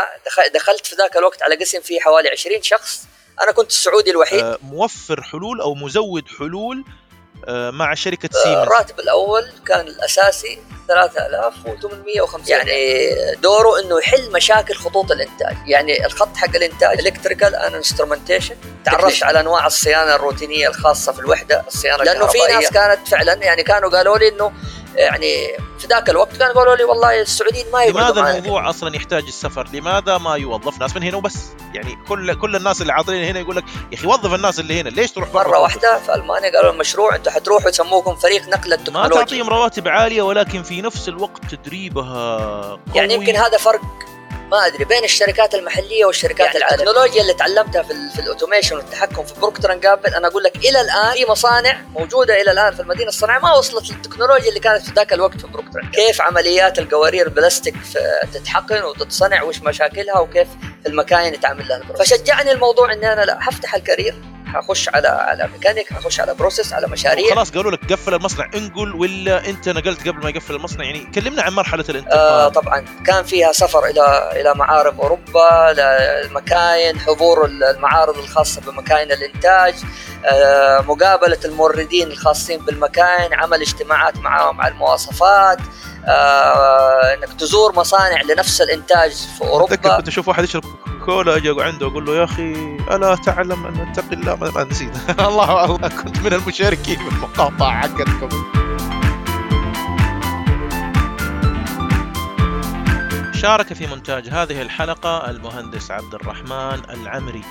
أنا دخلت في ذاك الوقت على قسم فيه حوالي 20 شخص، أنا كنت السعودي الوحيد. موفر حلول أو مزود حلول مع شركة سيمنز. الراتب الأول كان الأساسي 3850، يعني دوره إنه يحل مشاكل خطوط الإنتاج. يعني الخط حق الإنتاج إلكتريكال أند انسترومنتيشن، تعرفت على أنواع الصيانة الروتينية الخاصة في الوحدة الصيانة الكهربائية، لأنه في ناس كانت فعلا يعني كانوا قالوا لي إنه يعني في ذاك الوقت كانوا قالوا لي والله السعوديين ما يبغوا. لماذا الموضوع أصلا يحتاج السفر؟ لماذا ما يوظف ناس من هنا وبس؟ يعني كل الناس اللي عاطلين هنا يقول لك يا أخي وظف الناس اللي هنا، ليش تروح مرة واحدة في ألمانيا قالوا المشروع أنتوا حتروحوا يسموكم فريق نقل التكنولوجيا، ما تعطيهم رواتب عالية ولكن في نفس الوقت تدريبها قوي. يعني يمكن هذا فرق ما أدري بين الشركات المحلية والشركات يعني العالمية. التكنولوجيا اللي تعلمتها في الأوتوميشن والتحكم في بروكتر اند جامبل، أنا أقول لك إلى الآن في مصانع موجودة إلى الآن في المدينة الصناعية ما وصلت للتكنولوجيا اللي كانت في ذاك الوقت في بروكتر. كيف عمليات القوارير البلاستيك تتحقن وتتصنع وش مشاكلها وكيف في المكاين يتعامل لها. فشجعني الموضوع إني أنا لا هفتح الكارير، هخش على ميكانيك، هخش على بروسيس، على مشاريع. خلاص قالوا لك قفل المصنع انقل، ولا انت نقلت قبل ما يقفل المصنع؟ يعني كلمنا عن مرحله الانتقال. طبعا كان فيها سفر الى معارض اوروبا، للمكاين، حضور المعارض الخاصه بمكاين الانتاج، مقابله الموردين الخاصين بالمكاين، عمل اجتماعات معهم على المواصفات، انك تزور مصانع لنفس الانتاج في اوروبا. اتذكر كنت اشوف واحد يشرب كولا، اجي عنده اقول له يا اخي الا تعلم ان اتقي الله، ما نسيت. الله كنت من المشاركين في المقاطعه حقتكم. شارك في مونتاج هذه الحلقه المهندس عبد الرحمن العمري.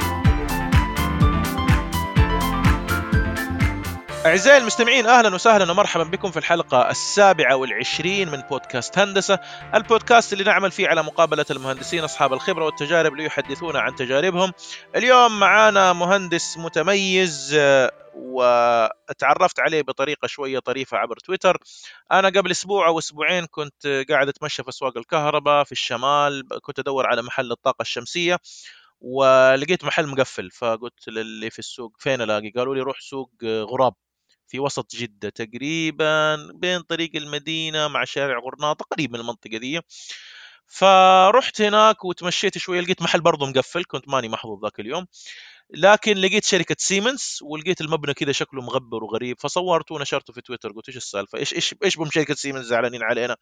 أعزائي المستمعين، أهلا وسهلا ومرحبا بكم في الحلقة 27 من بودكاست هندسة، البودكاست اللي نعمل فيه على مقابلة المهندسين أصحاب الخبرة والتجارب ليحدثونا عن تجاربهم. اليوم معانا مهندس متميز واتعرفت عليه بطريقة شوية طريفة عبر تويتر. أنا قبل أسبوع أو أسبوعين كنت قاعد أتمشى في أسواق الكهرباء في الشمال، كنت أدور على محل الطاقة الشمسية ولقيت محل مقفل، فقلت للي في السوق فين ألاقي؟ قالوا لي روح سوق غراب في وسط جدة، تقريبا بين طريق المدينة مع شارع غرناطة، قريب من المنطقة دي. فرحت هناك وتمشيت شوية، لقيت محل برضو مقفل، كنت ماني محظوظ ذاك اليوم، لكن لقيت شركة سيمنز ولقيت المبنى كذا شكله مغبر وغريب، فصورته ونشرته في تويتر. قلت ايش السالفة، ايش بهم شركة سيمنز زعلانين علينا؟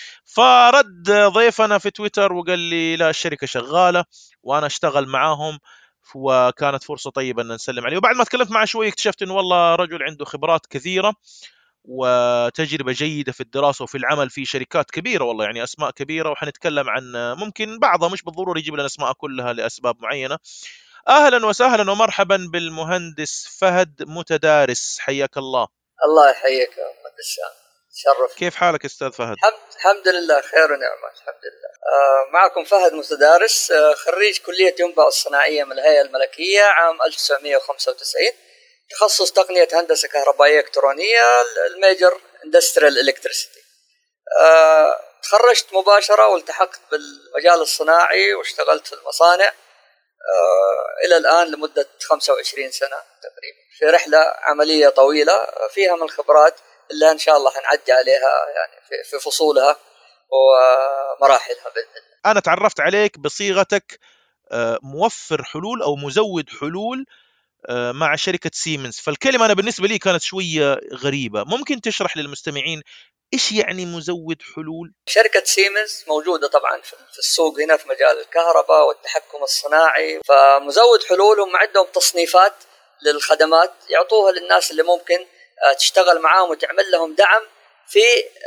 فرد ضيفنا في تويتر وقال لي لا، الشركة شغالة وانا اشتغل معاهم وكانت فرصة طيبة ان نسلم عليه. وبعد ما تكلمت معه شوي اكتشفت انه والله رجل عنده خبرات كثيرة وتجربة جيدة في الدراسة وفي العمل في شركات كبيرة، والله يعني أسماء كبيرة، وحنتكلم عن ممكن بعضها، مش بالضرورة يجيب لنا أسماء كلها لأسباب معينة. أهلا وسهلا ومرحبا بالمهندس فهد متدارس، حياك الله. الله يحييك يا مهندس، تشرف. كيف حالك أستاذ فهد؟ الحمد لله خير ونعمة، الحمد لله. معكم فهد متدارس، خريج كلية ينبع الصناعية من الهيئة الملكية عام 1995، تخصص تقنية هندسة كهربائية إلكترونية، الميجر اندستريال إلكتريسيتي. تخرجت مباشرة والتحقت بالمجال الصناعي واشتغلت في المصانع إلى الآن لمدة 25 سنة تقريبا، في رحلة عملية طويلة فيها من الخبرات اللي إن شاء الله هنعدي عليها يعني في فصولها ومراحلها بإذن الله. أنا تعرفت عليك بصيغتك موفر حلول أو مزود حلول مع شركة سيمنز، فالكلمة أنا بالنسبة لي كانت شوية غريبة. ممكن تشرح للمستمعين إيش يعني مزود حلول؟ شركة سيمنز موجودة طبعا في السوق هنا في مجال الكهرباء والتحكم الصناعي، فمزود حلول هم عندهم تصنيفات للخدمات يعطوها للناس اللي ممكن تشتغل معاهم وتعمل لهم دعم في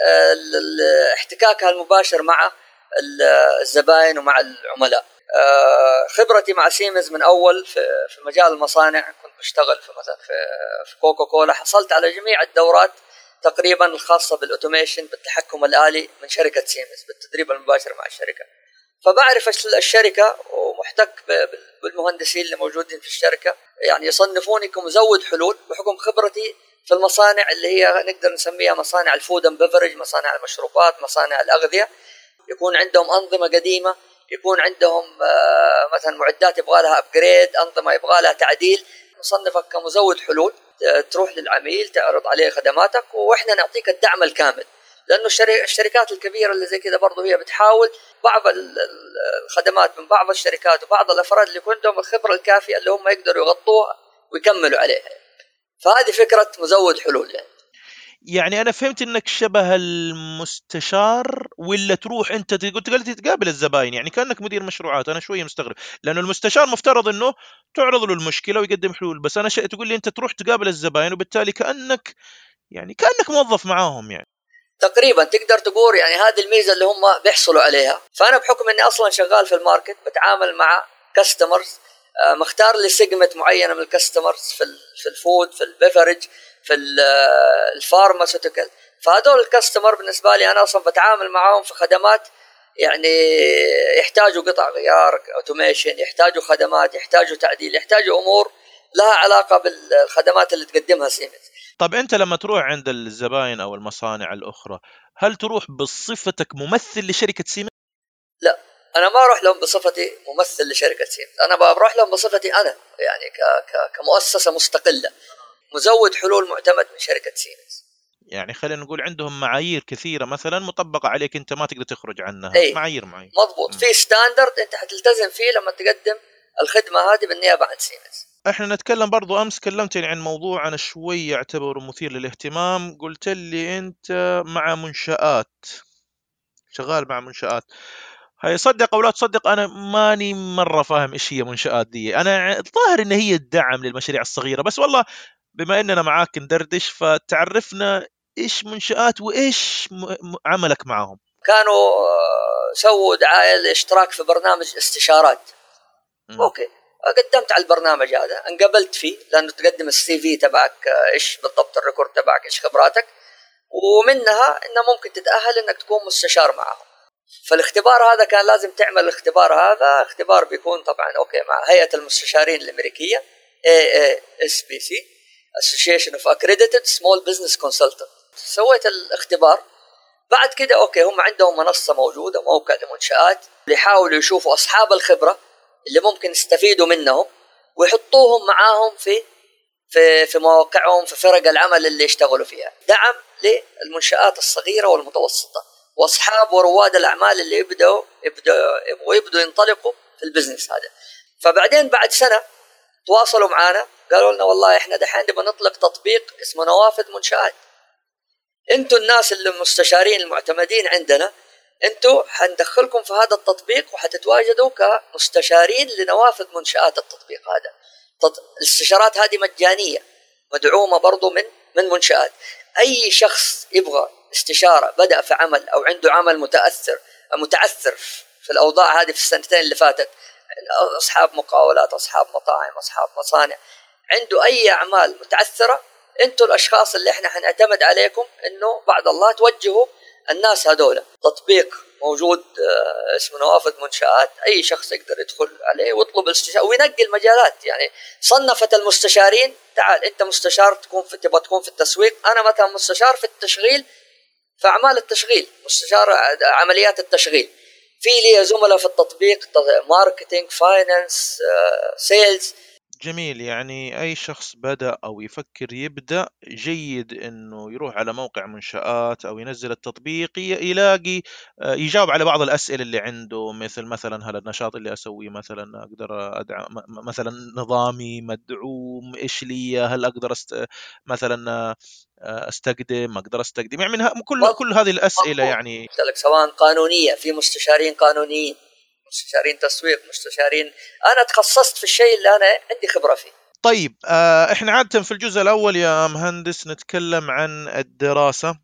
احتكاكها المباشر مع الزبائن ومع العملاء. خبرتي مع سيمنز من أول في مجال المصانع، كنت بشتغل في مثلا في كوكا كولا، حصلت على جميع الدورات تقريبا الخاصة بالأوتوميشن بالتحكم الآلي من شركة سيمنز بالتدريب المباشر مع الشركة، فبعرف الشركة ومحتك بالمهندسين اللي موجودين في الشركة، يعني يصنفوني كمزود حلول بحكم خبرتي في المصانع اللي هي نقدر نسميها مصانع الفود اند بيفرج، مصانع المشروبات، مصانع الأغذية. يكون عندهم أنظمة قديمة، يكون عندهم مثلا معدات يبغى لها أبجريد، أنظمة يبغى لها تعديل، نصنفك كمزود حلول، تروح للعميل تعرض عليه خدماتك وإحنا نعطيك الدعم الكامل لانه الشركات الكبيره اللي زي كذا برضه هي بتحاول بعض الخدمات من بعض الشركات وبعض الافراد اللي يكون عندهم الخبره الكافيه اللي هم يقدروا يغطوها ويكملوا عليها. فهذه فكره مزود حلول يعني انا فهمت انك شبه المستشار، ولا تروح انت قلت تقابل الزباين، يعني كانك مدير مشروعات. انا شويه مستغرب لانه المستشار مفترض انه تعرض له المشكله ويقدم حلول، بس انا تقول لي انت تروح تقابل الزباين، وبالتالي كانك موظف معاهم يعني. تقريبا تقدر تقول يعني هذه الميزه اللي هم بيحصلوا عليها. فانا بحكم اني اصلا شغال في الماركت بتعامل مع كاستمرز، مختار لي سيجمنت معينه من الكاستمرز في الفود، في البيفرج، في الفارماسيوتيكال. فهذول الكاستمر بالنسبه لي انا اصلا بتعامل معاهم في خدمات يعني يحتاجوا قطع غيار، اوتوميشن، يحتاجوا خدمات، يحتاجوا تعديل، يحتاجوا امور لها علاقه بالخدمات اللي تقدمها سيمنز. طب انت لما تروح عند الزباين او المصانع الاخرى، هل تروح بصفتك ممثل لشركه سيمنز؟ لا، انا ما اروح لهم بصفتي ممثل لشركه سيمنز، انا بروح لهم بصفتي انا يعني كمؤسسه مستقله مزود حلول معتمد من شركه سيمنز. يعني خلينا نقول عندهم معايير كثيره مثلا مطبقه عليك، انت ما تقدر تخرج عنها، اي معايير مضبوط، في ستاندرد انت حتلتزم فيه لما تقدم الخدمه هذه بالنيابه عن سيمنز. احنا نتكلم برضو، امس كلمتني عن موضوع انا شوي اعتبره مثير للاهتمام. قلت لي انت مع منشآت، شغال مع منشآت. هي صدق او لا تصدق، انا ماني مره فاهم ايش هي منشآت دي. انا الظاهر ان هي الدعم للمشاريع الصغيره، بس والله بما اننا معاك ندردش، فتعرفنا ايش منشآت وايش عملك معهم. كانوا سووا دعايه لاشتراك في برنامج استشارات. م. اوكي، قدمت على البرنامج هذا، انقبلت فيه لانه تقدم السي في تبعك، ايش بالضبط الريكورد تبعك، ايش خبراتك، ومنها انه ممكن تتاهل انك تكون مستشار معهم. فالاختبار هذا كان لازم تعمل الاختبار هذا، اختبار بيكون طبعا اوكي مع هيئه المستشارين الامريكيه AASBC Association of Accredited Small Business Consultants. سويت الاختبار. بعد كده اوكي هم عندهم منصه موجوده، موقع لمنشآت، يحاولوا يشوفوا اصحاب الخبره اللي ممكن يستفيدوا منهم ويحطوهم معاهم في مواقعهم، في فرق العمل اللي يشتغلوا فيها، دعم للمنشآت الصغيره والمتوسطه واصحاب ورواد الاعمال اللي يبدوا ينطلقوا في البزنس هذا. فبعدين بعد سنه تواصلوا معنا قالوا لنا والله احنا دحين نبغى نطلق تطبيق اسمه نوافذ منشآت، انتوا الناس اللي المستشارين المعتمدين عندنا، انتوا حندخلكم في هذا التطبيق وحتتواجدوا كمستشارين لنوافذ منشآت التطبيق هذا. الاستشارات هذه مجانيه مدعومه برضو من منشآت. اي شخص يبغى استشاره بدأ في عمل او عنده عمل متعثر في الاوضاع هذه في السنتين اللي فاتت، اصحاب مقاولات، اصحاب مطاعم، اصحاب مصانع، عنده اي اعمال متعثره، انتوا الاشخاص اللي احنا حنعتمد عليكم انه بعد الله توجهوا الناس هذول. تطبيق موجود اسمه نوافذ منشآت، اي شخص يقدر يدخل عليه ويطلب الاستشاره وينقي المجالات. يعني صنفت المستشارين، تعال انت مستشار تبغى تكون في التسويق، انا مثلا مستشار في التشغيل، في اعمال التشغيل، مستشار عمليات التشغيل. في لي زملاء في التطبيق ماركتينج، فاينانس، سيلز. جميل. يعني أي شخص بدأ أو يفكر يبدأ، جيد إنه يروح على موقع منشآت أو ينزل التطبيق، يلاقي يجاوب على بعض الأسئلة اللي عنده، مثلا هل النشاط اللي أسويه مثلا أقدر أدعم، مثلا نظامي مدعوم، إيش لي، هل أقدر مثلا أستقدم، أقدر أستقدم، يعني من كل هذه الأسئلة يعني. سواء قانونية، في مستشارين قانونيين، مستشارين تسويق، مستشارين. أنا تخصصت في الشيء اللي أنا عندي خبرة فيه. طيب احنا عادة في الجزء الأول يا مهندس نتكلم عن الدراسة،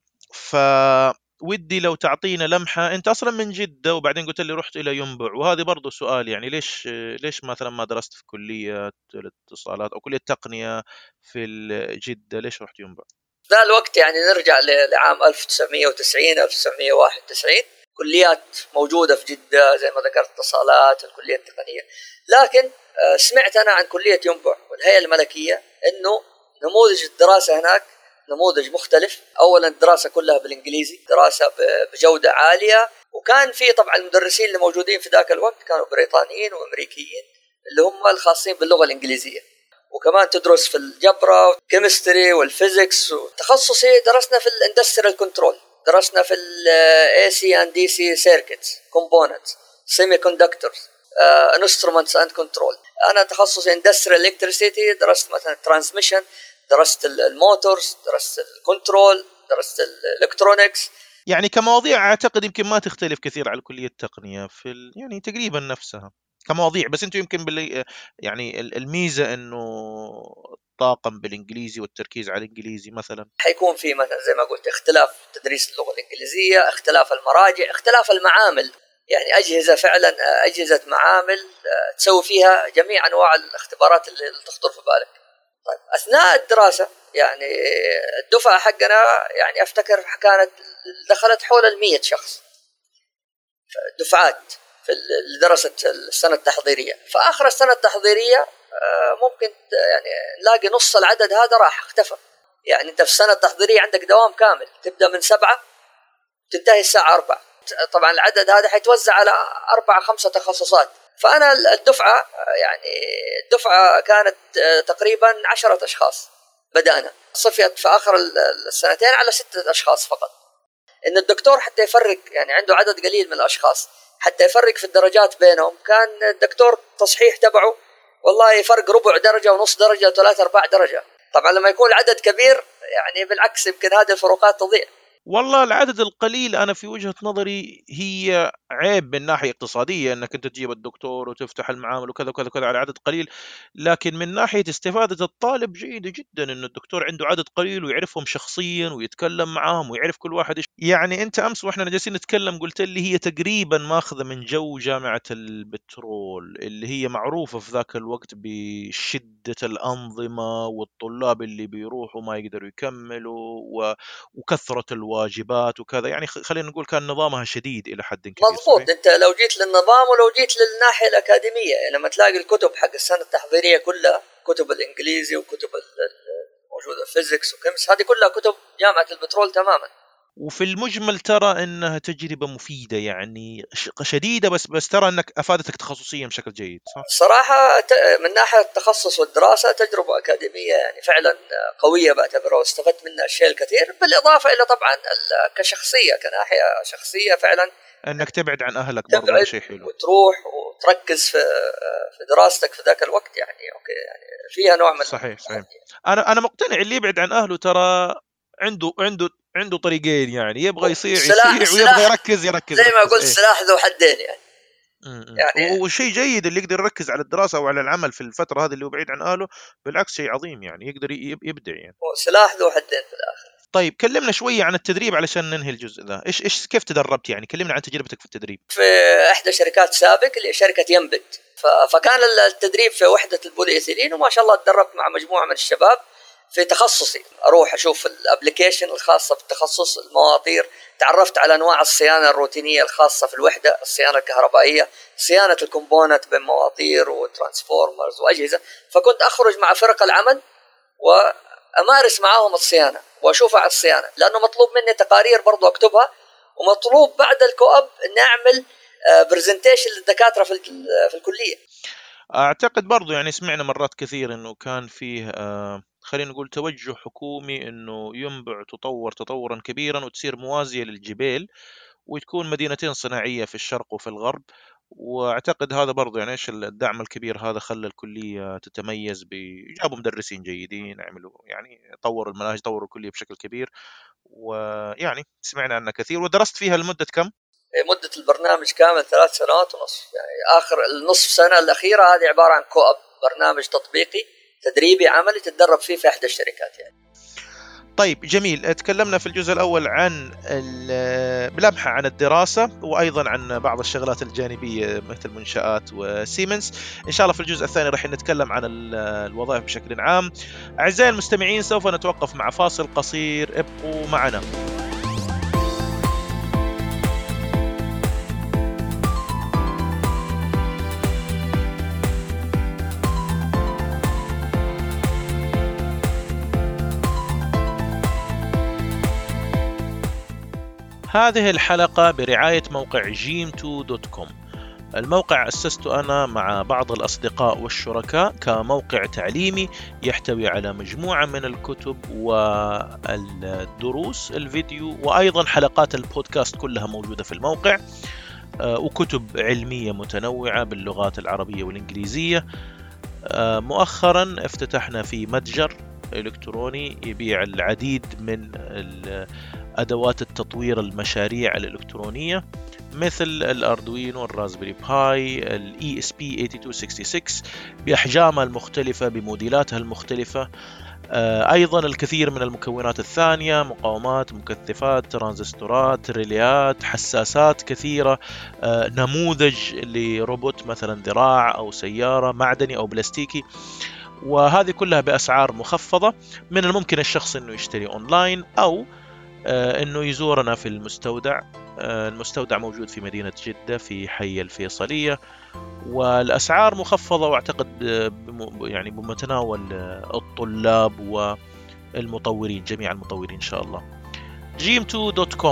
فودي لو تعطينا لمحة. أنت أصلا من جدة وبعدين قلت لي رحت إلى ينبع، وهذه برضو سؤال، يعني ليش مثلا ما درست في كلية الاتصالات أو كلية تقنية في جدة، ليش رحت ينبع؟ ذا الوقت يعني نرجع لعام 1990 1991، كليات موجودة في جدة زي ما ذكرت، اتصالات، الكلية التقنية. لكن سمعت أنا عن كلية ينبع والهيئة الملكية إنه نموذج الدراسة هناك نموذج مختلف. أولا الدراسة كلها بالإنجليزي، دراسة بجودة عالية، وكان في طبعا المدرسين اللي موجودين في ذاك الوقت كانوا بريطانيين وأمريكيين اللي هم الخاصين باللغة الإنجليزية. وكمان تدرس في الجبرة والكيمستري والفيزيكس. وتخصصي درسنا في الاندستريال كنترول، درسنا في ال AC and DC circuits components semiconductors instruments and control. أنا تخصصي industrial electricity، درست مثلا transmission، درست الموتورز، درست الكنترول، درست الالكترونكس. يعني كمواضيع اعتقد يمكن ما تختلف كثير على كلية التقنية في يعني تقريبا نفسها كمواضيع، بس انتم يمكن يعني الميزة انه الطاقم بالانجليزي والتركيز على الانجليزي مثلا. حيكون في مثلا زي ما قلت اختلاف تدريس اللغة الانجليزية، اختلاف المراجع، اختلاف المعامل، يعني أجهزة فعلا أجهزة معامل تسوي فيها جميع أنواع الاختبارات اللي تخطر في بالك. طيب أثناء الدراسة يعني الدفعة حقنا يعني أفتكر كانت دخلت حول 100 شخص دفعات في اللي درست السنة التحضيرية. فآخر السنة التحضيرية ممكن يعني نلاقي نص العدد هذا راح اختفى. يعني أنت في السنة التحضيرية عندك دوام كامل، تبدأ من 7 تنتهي الساعة 4. طبعا العدد هذا حيتوزع على 4-5 تخصصات. فأنا الدفعة يعني الدفعة كانت تقريبا 10 أشخاص، بدأنا صفيت في آخر السنتين على 6 أشخاص فقط. إن الدكتور حتى يفرق يعني عنده عدد قليل من الأشخاص حتى يفرق في الدرجات بينهم، كان الدكتور تصحيح تبعه والله يفرق ربع درجة ونص درجة و3-4 درجة. طبعا لما يكون العدد كبير يعني بالعكس يمكن هذه الفروقات تضيع. والله العدد القليل أنا في وجهة نظري هي عيب من ناحية اقتصادية، أنك أنت تجيب الدكتور وتفتح المعامل وكذا وكذا وكذا على عدد قليل، لكن من ناحية استفادة الطالب جيدة جدا أن الدكتور عنده عدد قليل ويعرفهم شخصيا ويتكلم معهم ويعرف كل واحد. يعني أنت أمس وإحنا جالسين نتكلم قلت لي هي تقريبا ماخذة من جو جامعة البترول اللي هي معروفة في ذاك الوقت بشدة الأنظمة والطلاب اللي بيروحوا ما يقدروا يكملوا وكثرة الواجبات وكذا. يعني خلينا نقول كان نظامها شديد إلى حد كبير. مضبوط. أنت لو جيت للنظام ولو جيت للناحية الأكاديمية، يعني لما تلاقي الكتب حق السنة التحضيرية كلها كتب الإنجليزي وكتب موجودة فيزيكس وكيمس، هذه كلها كتب جامعة البترول تماما. وفي المجمل ترى انها تجربه مفيده يعني شديده، بس ترى انك افادتك تخصصيا بشكل جيد صح؟ صراحه من ناحيه التخصص والدراسه تجربه اكاديميه يعني فعلا قويه بعتبرها، واستفدت منها اشياء الكثير، بالاضافه الى طبعا كشخصيه كناحيه شخصيه فعلا انك تبعد عن اهلك برضه شيء حلو وتروح وتركز في دراستك في ذاك الوقت. يعني اوكي يعني فيها نوع من صحيح. انا مقتنع اللي يبعد عن اهله ترى عنده طريقين، يعني يبغى يصيع ويبغى يركز زي ما قلت سلاح ذو حدين يعني وشيء جيد اللي يقدر يركز على الدراسة أو على العمل في الفترة هذه اللي هو بعيد عن أهله، بالعكس شيء عظيم يعني يقدر يبدع يعني. سلاح ذو حدين في الآخر. طيب كلمنا شوية عن التدريب علشان ننهي الجزء ذا. إيش كيف تدربت يعني؟ كلمنا عن تجربتك في التدريب. في إحدى شركات سابق اللي شركة ينبت، فكان التدريب في وحدة البوليإيثيلين، وما شاء الله تدربت مع مجموعة من الشباب في تخصصي. أروح أشوف الابليكيشن الخاصة بالتخصص، المواطير، تعرفت على أنواع الصيانة الروتينية الخاصة في الوحدة، الصيانة الكهربائية، صيانة الكومبوننت بين مواتير وترانسفورمرز وأجهزة. فكنت أخرج مع فرق العمل وأمارس معهم الصيانة وأشوفها على الصيانة، لأنه مطلوب مني تقارير برضو أكتبها، ومطلوب بعد الكواب نعمل برزنتيشن للدكاترة في الكلية. أعتقد برضو يعني سمعنا مرات كثير أنه كان فيه خلينا نقول توجه حكومي أنه ينبع تطورا كبيرا وتصير موازية للجبال وتكون مدينتين صناعية في الشرق وفي الغرب. واعتقد هذا برضو يعني ايش الدعم الكبير هذا خلى الكلية تتميز جابوا مدرسين جيدين، عملوا يعني طوروا المناهج، طوروا الكلية بشكل كبير، ويعني سمعنا عنها كثير. ودرست فيها لمدة كم؟ مدة البرنامج كامل 3 سنوات ونصف. يعني آخر النصف سنة الأخيرة هذه عبارة عن كواب، برنامج تطبيقي تدريبي عملي تتدرب فيه في إحدى الشركات يعني. طيب جميل. تكلمنا في الجزء الأول عن بلمحة عن الدراسة وأيضا عن بعض الشغلات الجانبية مثل منشآت وسيمنز. إن شاء الله في الجزء الثاني راح نتكلم عن الوظائف بشكل عام. أعزائي المستمعين سوف نتوقف مع فاصل قصير، ابقوا معنا. هذه الحلقة برعاية موقع gym2.com. الموقع أسسته أنا مع بعض الأصدقاء والشركاء كموقع تعليمي يحتوي على مجموعة من الكتب والدروس الفيديو، وأيضا حلقات البودكاست كلها موجودة في الموقع، وكتب علمية متنوعة باللغات العربية والإنجليزية. مؤخرا افتتحنا في متجر إلكتروني يبيع العديد من أدوات التطوير المشاريع الإلكترونية، مثل الأردوينو، الرازبري باي، ال ESP8266 بأحجامها المختلفة بموديلاتها المختلفة. أيضا الكثير من المكونات الثانية، مقاومات، مكثفات، ترانزستورات، ريليات، حساسات كثيرة، نموذج لروبوت مثلا ذراع أو سيارة معدني أو بلاستيكي، وهذه كلها بأسعار مخفضة. من الممكن الشخص أنه يشتري أونلاين أو أنه يزورنا في المستودع. المستودع موجود في مدينة جدة في حي الفيصلية، والأسعار مخفضة، وأعتقد يعني بمتناول الطلاب والمطورين، جميع المطورين إن شاء الله. gym2.com.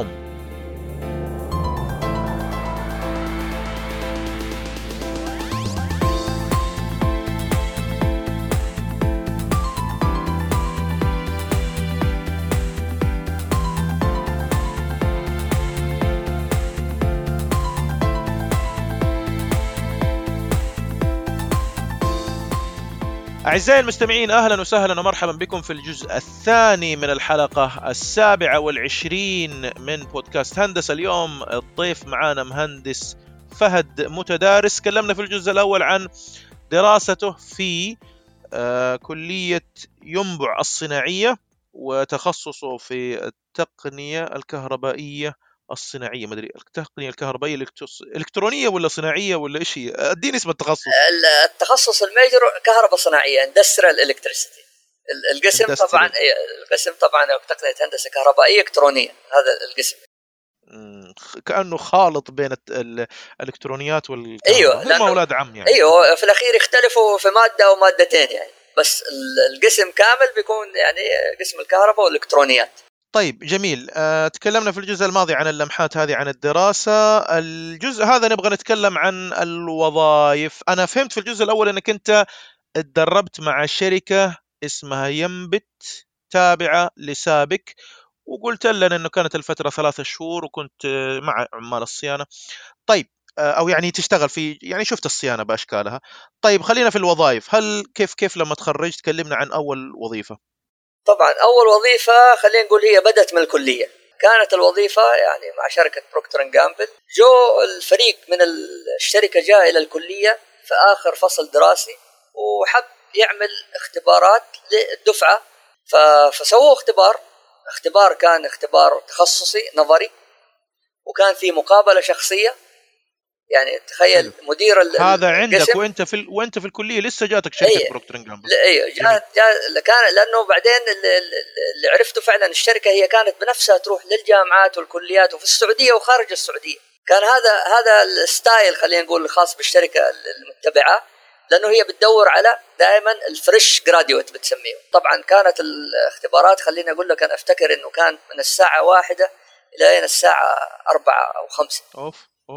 أعزائي المستمعين، أهلا وسهلا ومرحبا بكم في الجزء الثاني من الحلقة 27 من بودكاست هندسة. اليوم الضيف معانا مهندس فهد متدارس. تكلمنا في الجزء الأول عن دراسته في كلية ينبع الصناعية، وتخصصه في التقنية الكهربائية الصناعية، ما ادري التقنية الكهربائية الإلكترونية ولا صناعية ولا إيش هي؟ اديني اسم التخصص. التخصص الميجر كهرباء صناعية، اندستريال الكتريسيتي. القسم طبعا تقنية هندسة كهربائية إلكترونية، هذا القسم. كأنه خالط بين الإلكترونيات والكهرباء. أيوة، هم أولاد عم يعني. أيوة، في الأخير يختلفوا في مادة أو مادتين يعني، بس القسم كامل بيكون يعني قسم الكهرباء والإلكترونيات. طيب جميل. تكلمنا في الجزء الماضي عن اللمحات هذه عن الدراسة. الجزء هذا نبغى نتكلم عن الوظائف. أنا فهمت في الجزء الأول أنك أنت اتدربت مع شركة اسمها ينبت تابعة لسابك، وقلت لنا أنه كانت الفترة 3 شهور وكنت مع عمال الصيانة. طيب أو يعني تشتغل في، يعني شفت الصيانة بأشكالها. طيب خلينا في الوظائف. هل كيف لما تخرجت؟ تكلمنا عن أول وظيفة. طبعا أول وظيفة خلينا نقول هي بدأت من الكلية. كانت الوظيفة يعني مع شركة بروكتر اند جامبل. جو الفريق من الشركة جاء إلى الكلية في آخر فصل دراسي، وحب يعمل اختبارات للدفعة، فسووا اختبار كان اختبار تخصصي نظري، وكان في مقابلة شخصية. يعني تخيل مدير هذا عندك وانت في الكليه لسه جاتك شركه بروكتر اند جامبل. ايوه، كان لانه بعدين اللي عرفته فعلا الشركه هي كانت بنفسها تروح للجامعات والكليات وفي السعوديه وخارج السعوديه. كان هذا الستايل خلينا نقول الخاص بالشركه المتبعه، لانه هي بتدور على دائما الفريش جراديويت بتسميه. طبعا كانت الاختبارات خليني اقول لك، انا افتكر انه كان من الساعه 1 الى الساعه 4 أو 5. اوف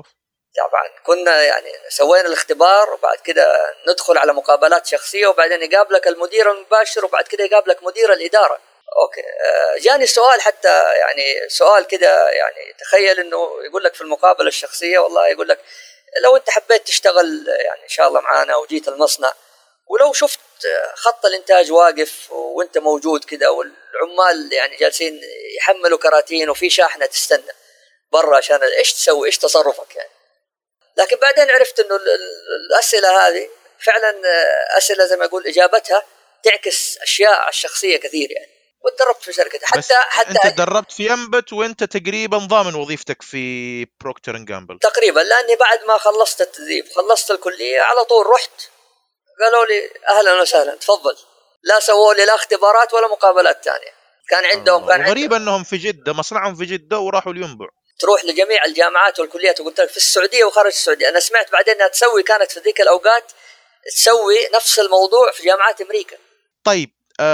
طبعا كنا يعني سوينا الاختبار، وبعد كده ندخل على مقابلات شخصية، وبعدين يقابلك المدير المباشر، وبعد كده يقابلك مدير الإدارة. أوكي. جاني سؤال، حتى يعني سؤال كده، يعني تخيل إنه يقول لك في المقابلة الشخصية، والله يقول لك لو أنت حبيت تشتغل يعني إن شاء الله معانا وجيت المصنع، ولو شفت خط الإنتاج واقف وأنت موجود كده، والعمال يعني جالسين يحملوا كراتين وفي شاحنة تستنى برا، عشان إيش تسوي؟ إيش تصرفك يعني؟ لكن بعدين عرفت انه الاسئله هذه فعلا اسئله زي ما اقول اجابتها تعكس اشياء الشخصيه كثير يعني. وتدربت في شركه حتى انت تدربت في ينبت وانت تقريبا ضامن وظيفتك في بروكتر اند جامبل تقريبا، لاني بعد ما خلصت التدريب خلصت الكليه على طول رحت، قالوا لي اهلا وسهلا تفضل. لا سووا لي لا اختبارات ولا مقابلات ثانيه. كان عندهم غريب انهم في جده، مصنعهم في جده وراحوا الينبع. تروح لجميع الجامعات والكليات، وقلت لك في السعوديه وخارج السعوديه. انا سمعت بعدين انها كانت في ذيك الاوقات تسوي نفس الموضوع في جامعات امريكا. طيب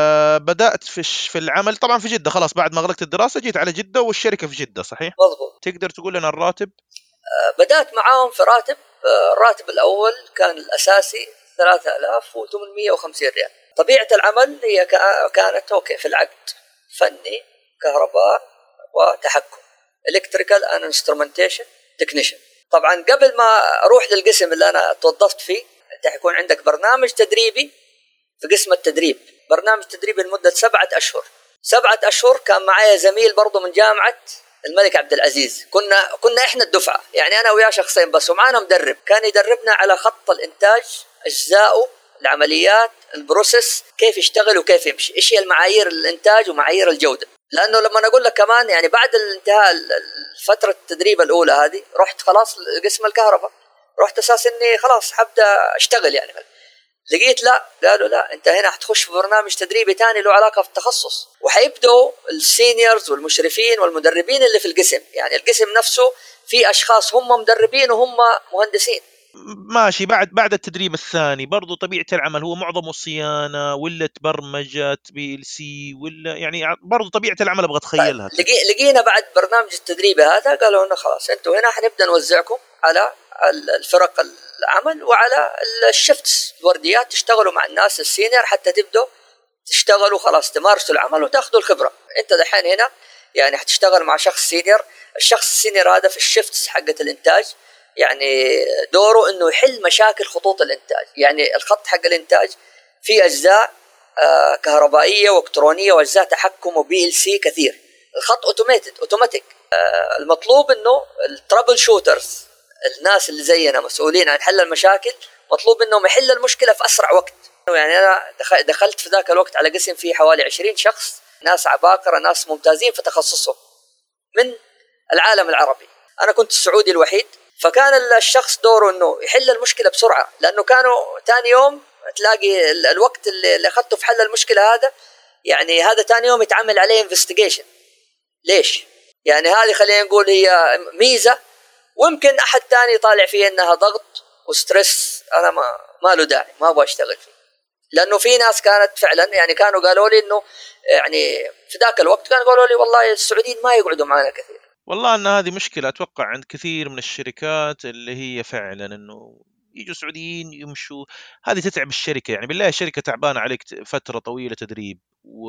بدأت في العمل طبعا في جدة. خلاص بعد ما غلقت الدراسة جيت على جدة والشركة في جدة، صحيح؟ مضبوط. تقدر تقول لنا الراتب؟ بدأت معاهم في راتب الراتب الأول كان الأساسي 3850 ريال. طبيعة العمل هي كانت أوكي في العقد فني كهرباء وتحكم electrical and instrumentation technician. طبعا قبل ما أروح للقسم اللي أنا توظفت فيه أنت حيكون عندك برنامج تدريبي في قسم التدريب، برنامج تدريبي لمدة 7 أشهر. 7 أشهر كان معايا زميل برضو من جامعة الملك عبد العزيز، كنا إحنا الدفعة، يعني أنا وياه شخصين بس، ومعانا مدرب كان يدربنا على خط الإنتاج، أجزاؤه، العمليات، البروسيس، كيف يشتغل وكيف يمشي، إيش هي المعايير الإنتاج ومعايير الجودة. لأنه لما أقول لك كمان يعني بعد الانتهاء فترة التدريب الأولى هذه رحت خلاص قسم الكهرباء، رحت أساس إني خلاص حبدأ أشتغل يعني. لقيت لا، قالوا لا أنت هنا حتخش في برنامج تدريبي تاني له علاقة في التخصص، وحيبدأوا السينيورز والمشرفين والمدربين اللي في القسم، يعني القسم نفسه في أشخاص هم مدربين وهم مهندسين. ماشي. بعد التدريب الثاني برضو طبيعة العمل هو معظمه صيانة ولا تبرمجة PLC ولا يعني برضو طبيعة العمل أبغى أتخيلها. لقينا بعد برنامج التدريب هذا قالوا لنا خلاص أنتوا هنا حنبدأ نوزعكم على الفرق العمل وعلى الشفتس الورديات، تشتغلوا مع الناس السينيور حتى تبدأوا تشتغلوا خلاص تمارسوا العمل وتاخذوا الخبرة. أنت دحين هنا يعني حتشتغل مع شخص سينيور، الشخص السينيور هذا في الشفتس حقة الإنتاج يعني دوره إنه يحل مشاكل خطوط الإنتاج. يعني الخط حق الإنتاج فيه أجزاء كهربائية وإلكترونية وأجزاء تحكم وBLC كثير. الخط أوتوماتيك. المطلوب إنه الترابل شوترز، الناس اللي زينا مسؤولين عن حل المشاكل، مطلوب إنهم يحل المشكلة في أسرع وقت. يعني أنا دخلت في ذاك الوقت على قسم فيه حوالي 20 شخص، ناس عباقرة، ناس ممتازين في تخصصهم من العالم العربي. أنا كنت السعودي الوحيد، فكان الشخص دوره إنه يحل المشكلة بسرعة، لأنه كانوا تاني يوم تلاقي الوقت اللي أخذته في حل المشكلة هذا، يعني هذا تاني يوم يتعمل عليه investigation. ليش؟ يعني هذه خلينا نقول هي ميزة، ويمكن أحد تاني يطالع فيه إنها ضغط وستريس. أنا ما له داعي، ما أبغى أشتغل فيه، لأنه في ناس كانت فعلا يعني كانوا قالوا لي إنه يعني في ذاك الوقت كانوا قالوا لي والله السعوديين ما يقعدوا معنا كثير. والله أن هذه مشكلة أتوقع عند كثير من الشركات، اللي هي فعلا أنه يجوا سعوديين يمشوا، هذه تتعب الشركة. يعني بالله الشركة تعبانة عليك فترة طويلة تدريب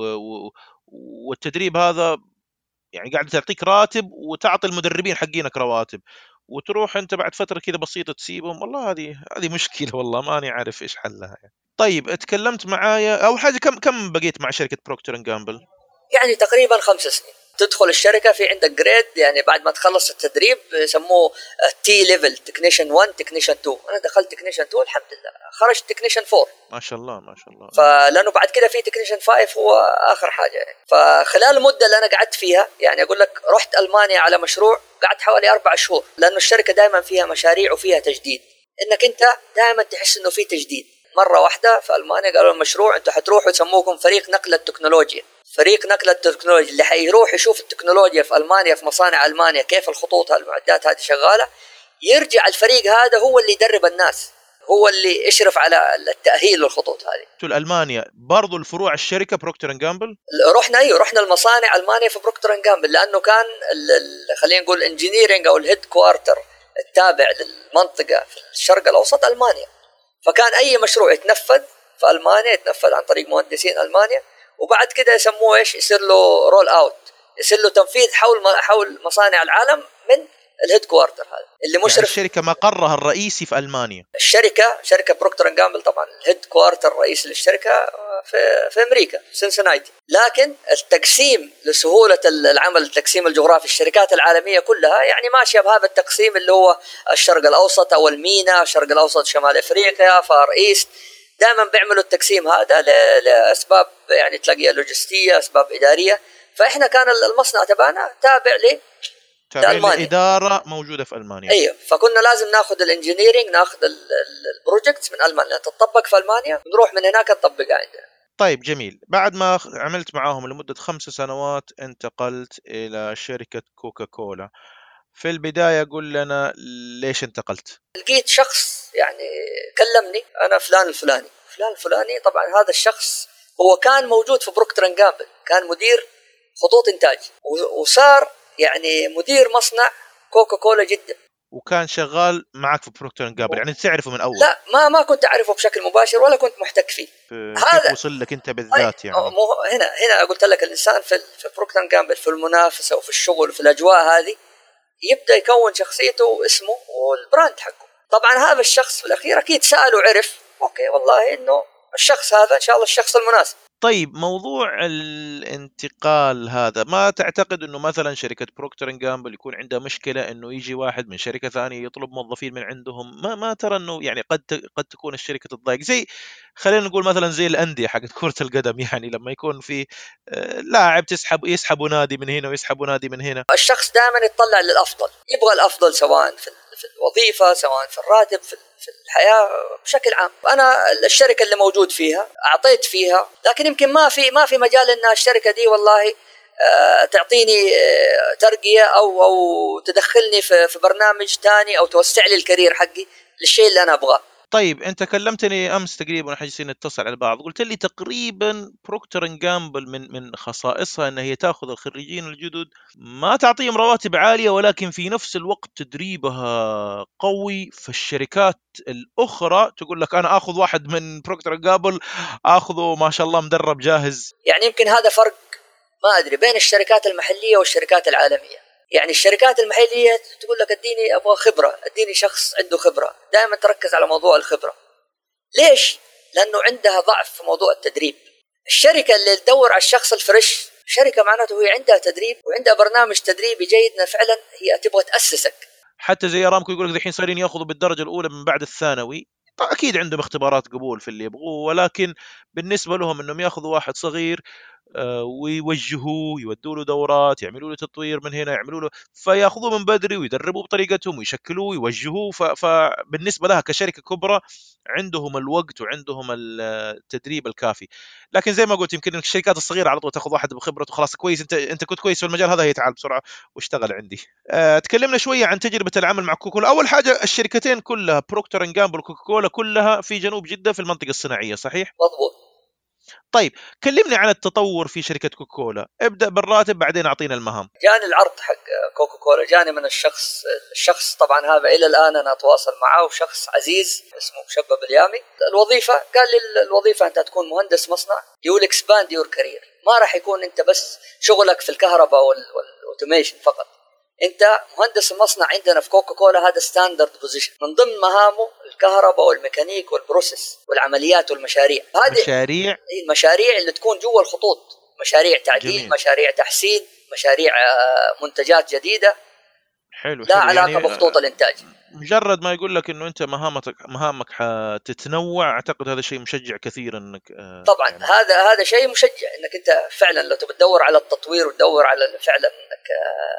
والتدريب هذا يعني قاعد تعطيك راتب وتعطي المدربين حقينك رواتب، وتروح أنت بعد فترة كذا بسيطة تسيبهم. والله هذه مشكلة، والله ماني عارف إيش حلها يعني. طيب اتكلمت معايا أول حاجة، كم بقيت مع شركة بروكتر اند جامبل؟ يعني تقريبا 5 سنين. تدخل الشركة في عندك جريد، يعني بعد ما تخلص التدريب يسموه تي ليفل، تكنيشن 1 تكنيشن 2. أنا دخلت تكنيشن 2 الحمد لله، خرجت تكنيشن 4 ما شاء الله ما شاء الله. فلأنه بعد كده في تكنيشن 5 هو آخر حاجة يعني. فخلال المدة اللي أنا قعدت فيها يعني أقول لك رحت ألمانيا على مشروع، قعدت حوالي 4 شهور، لأنه الشركة دائما فيها مشاريع وفيها تجديد، إنك أنت دائما تحس إنه في تجديد. مرة واحدة في ألمانيا قالوا المشروع أنتوا حتروحوا يسموكم فريق نقل التكنولوجيا. فريق نقل التكنولوجيا اللي حيروح يشوف التكنولوجيا في ألمانيا، في مصانع ألمانيا كيف الخطوط المعدات هذه شغالة، يرجع الفريق هذا هو اللي يدرب الناس، هو اللي يشرف على التأهيل للخطوط هذه. ألمانيا برضو الفروع الشركة بروكتر اند جامبل؟ رحنا المصانع ألمانيا في بروكتر اند جامبل، لأنه كان خلينا نقول الانجينيرينج أو الهيد كوارتر التابع للمنطقة في الشرق الأوسط ألمانيا. فكان أي مشروع يتنفذ في ألمانيا يتنفذ عن طريق مهندسين ألمانيا، وبعد كده يسموه إيش، يصير له رول أوت، يصير له تنفيذ حول مصانع العالم من الهيد كوارتر هذا اللي مشرف. يعني الشركة مقرها الرئيسي في ألمانيا. شركة بروكتر اند جامبل طبعا الهيد كوارتر الرئيسي للشركة في أمريكا في سنسنايتي، لكن التقسيم لسهولة العمل، التقسيم الجغرافي، الشركات العالمية كلها يعني ماشية بهذا التقسيم اللي هو الشرق الأوسط أو المينا، الشرق الأوسط شمال أفريقيا فار إيست، دائما بيعملوا التقسيم هذا لأسباب يعني تلاقيها لوجستية، أسباب إدارية. فإحنا كان المصنع تبعنا تابع الإدارة موجودة في ألمانيا. أيوة، فكنا لازم ناخذ الانجينيرينج، ناخذ البروجكتس من ألمانيا تطبق في ألمانيا، ونروح من هناك نطبقها عندنا. طيب جميل. بعد ما عملت معاهم لمدة 5 سنوات انتقلت إلى شركة كوكا كولا. في البداية قل لنا ليش انتقلت؟ لقيت شخص يعني كلمني، أنا فلان الفلاني. طبعا هذا الشخص هو كان موجود في بروكتر اند جامبل، كان مدير خطوط إنتاج، وصار يعني مدير مصنع كوكا كولا جدا. وكان شغال معك في بروكتر اند جامبل، يعني تعرفه من اول؟ لا، ما كنت اعرفه بشكل مباشر ولا كنت محتك فيه. كيف هذا وصل لك انت بالذات يعني؟ مو هنا قلت لك الانسان في بروكتر اند جامبل في المنافسه وفي الشغل وفي الاجواء هذه يبدا يكون شخصيته واسمه والبراند حقه. طبعا هذا الشخص في الاخير اكيد سال وعرف اوكي والله انه الشخص هذا ان شاء الله الشخص المناسب. طيب موضوع الانتقال هذا، ما تعتقد انه مثلا شركة بروكتر اند جامبل يكون عندها مشكلة انه يجي واحد من شركة ثانية يطلب موظفين من عندهم؟ ما ترى انه يعني قد تكون الشركة تتضايق، زي خلينا نقول مثلا زي الأندية حقت كرة القدم، يعني لما يكون في لاعب يسحبوا نادي من هنا ويسحبوا نادي من هنا. الشخص دائما يتطلع للافضل، يبغى الافضل سواء في الوظيفه، سواء في الراتب، في الحياه بشكل عام. انا الشركه اللي موجود فيها اعطيت فيها، لكن يمكن ما في مجال ان الشركه دي والله تعطيني ترقيه او تدخلني في برنامج ثاني او توسع لي الكارير حقي للشيء اللي انا ابغاه. طيب انت كلمتني امس تقريبا واحنا جالسين نتصل على بعض، قلت لي تقريبا بروكتر اند جامبل من خصائصها ان هي تاخذ الخريجين الجدد، ما تعطيهم رواتب عاليه، ولكن في نفس الوقت تدريبها قوي. في الشركات الاخرى تقول لك انا اخذ واحد من بروكتر اند جامبل اخذه ما شاء الله مدرب جاهز. يعني يمكن هذا فرق ما ادري بين الشركات المحليه والشركات العالميه. يعني الشركات المحليه تقول لك اديني ابغى خبره، اديني شخص عنده خبره، دائما تركز على موضوع الخبره. ليش؟ لانه عندها ضعف في موضوع التدريب. الشركه اللي تدور على الشخص الفريش شركه معناته هي عندها تدريب وعندها برنامج تدريبي جيد، فعلا هي تبغى تاسسك. حتى زي ارامكو يقول لك الحين صايرين ياخذوا بالدرجه الاولى من بعد الثانوي. اكيد عندهم اختبارات قبول في اللي يبغوه، ولكن بالنسبه لهم انهم ياخذوا واحد صغير ويوجهوه، يودوا له دورات، يعملوا له تطوير من هنا، يعملوا له، فياخذوه من بدري ويدربوه بطريقتهم ويشكلوه ويوجهوه. فبالنسبه لها كشركه كبرى عندهم الوقت وعندهم التدريب الكافي. لكن زي ما قلت يمكن الشركات الصغيره على طول تاخذ واحد بخبرته خلاص كويس، انت كنت كويس في المجال هذا، هي تعال بسرعه واشتغل عندي. تكلمنا شويه عن تجربه العمل مع كوكولا. اول حاجه الشركتين كلها بروكتر اند جامبل وكوكاكولا كلها في جنوب جده في المنطقه الصناعيه، صحيح؟ مضبوط. طيب كلمني عن التطور في شركة كوكولا، ابدأ بالراتب بعدين أعطينا المهام. جاني العرض حق كوكا كولا، جاني من الشخص طبعا هذا الى الان انا اتواصل معه، وشخص عزيز اسمه مشبب اليامي. الوظيفه قال لي الوظيفه انت هتكون مهندس مصنع، يو اكسباند يور كارير. ما راح يكون انت بس شغلك في الكهرباء والاوتوميشن فقط. انت مهندس المصنع عندنا في كوكا كولا هذا ستاندرد بوزيشن، من ضمن مهامه الكهرباء والميكانيك والبروسيس والعمليات والمشاريع. هذه مشاريع؟ المشاريع اللي تكون جوا الخطوط، مشاريع تعديل، جميل. مشاريع تحسين، مشاريع منتجات جديدة حلو لا حلو، علاقة يعني بخطوط الإنتاج. مجرد ما يقول لك انه انت مهامك حتتنوع، اعتقد هذا شيء مشجع كثير انك طبعا يعني. هذا شيء مشجع انك انت فعلا لو تبي تدور على التطوير وتدور على فعلا انك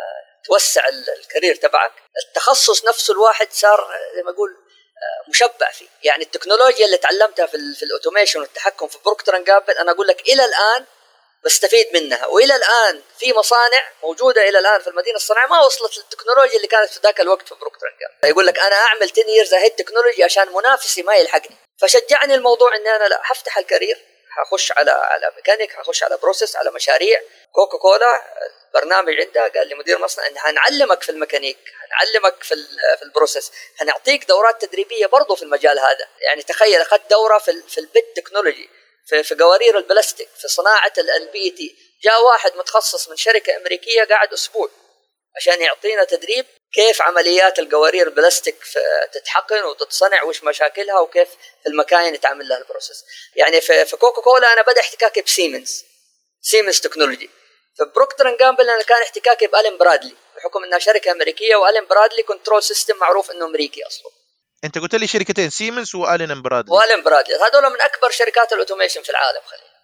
توسع الكارير تبعك. التخصص نفسه الواحد صار زي ما اقول مشبع فيه. يعني التكنولوجيا اللي تعلمتها في الاوتوميشن والتحكم في بروكتر اند جامبل انا اقول لك الى الان بستفيد منها، والى الان في مصانع موجوده الى الان في المدينه الصناعيه ما وصلت للتكنولوجيا اللي كانت في ذاك الوقت في بروكتر اند جامبل. يقول لك انا اعمل 10 years ahead تكنولوجي عشان منافسي ما يلحقني. فشجعني الموضوع ان انا لا هفتح الكارير، هخش على ميكانيك، هخش على بروسيس، على مشاريع. كوكا كولا البرنامج عندها قال لي مدير مصنع ان هنعلمك في الميكانيك، هنعلمك في البروسيس، هنعطيك دورات تدريبيه برضو في المجال هذا. يعني تخيل اخذت دوره في البيت تكنولوجي، في قوارير البلاستيك، في صناعه البي تي. جاء واحد متخصص من شركه امريكيه قاعد اسبوع عشان يعطينا تدريب كيف عمليات القوارير البلاستيك تتحقن وتتصنع، وش مشاكلها، وكيف في المكاين يتعامل لها البروسيس. يعني في كوكا كولا انا بدا احتكاكي بسيمنز تكنولوجي. في بروكتر اند جامبل انا كان احتكاكي بالين برادلي بحكم انها شركه امريكيه، والين برادلي كنترول سيستم معروف انه امريكي اصلا. انت قلت لي شركتين، سيمنز والين برادلي. والين برادلي هذول من اكبر شركات الاوتوميشن في العالم.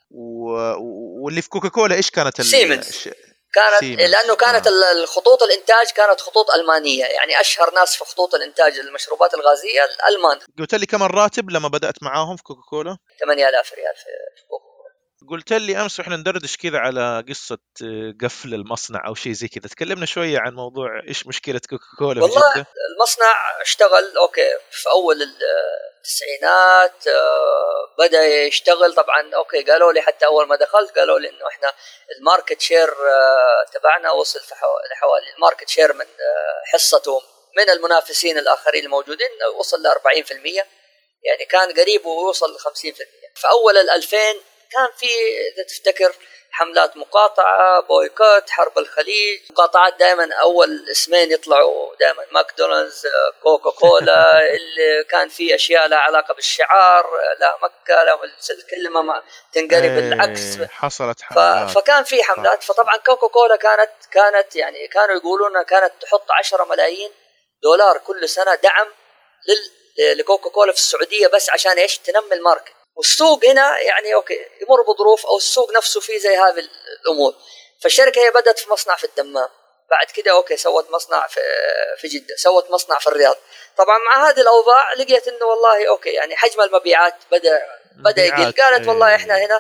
واللي في كوكاكولا ايش كانت؟ سيمنز كانت لانه كانت الخطوط الانتاج كانت خطوط المانيه. يعني اشهر ناس في خطوط الانتاج المشروبات الغازيه الالمان. قلت لي كم الراتب لما بدات معاهم في كوكاكولا؟ 8000 ريال في كوكاكولا. قلت لي امس واحنا ندردش كذا على قصه قفل المصنع او شيء زي كذا، تكلمنا شويه عن موضوع ايش مشكله كوكاكولا في والله جده. المصنع اشتغل اوكي في اول التسعينات، بدا يشتغل طبعا. اوكي قالوا لي حتى اول ما دخلت قالوا لي انه احنا الماركت شير تبعنا وصل في حوالي الماركت شير من حصته من المنافسين الآخرين الموجودين وصل ل 40%، يعني كان قريب ووصل ل 50%. في أول 2000 كان في إذا تفتكر حملات مقاطعة، بويكوت، حرب الخليج، مقاطعات دائما أول اسمين يطلعوا دائما ماكدونالدز، كوكا كولا، اللي كان في أشياء لها علاقة بالشعار، لا مكة، لا الكلمة ما تنقلب بالعكس. حصلت حملات، فكان في حملات. فطبعا كوكا كولا كانت يعني كانوا يقولون كانت تحط 10 ملايين دولار كل سنة دعم لكوكا كولا في السعودية، بس عشان إيش؟ تنمي الماركت. والسوق هنا يعني أوكي يمر بظروف، أو السوق نفسه فيه زي هذه الأمور. فالشركة هي بدأت في مصنع في الدمام، بعد كده أوكي سوت مصنع في جدة، سوت مصنع في الرياض. طبعا مع هذه الأوضاع لقيت إنه والله أوكي يعني حجم المبيعات بدأ يقل. قالت والله إحنا هنا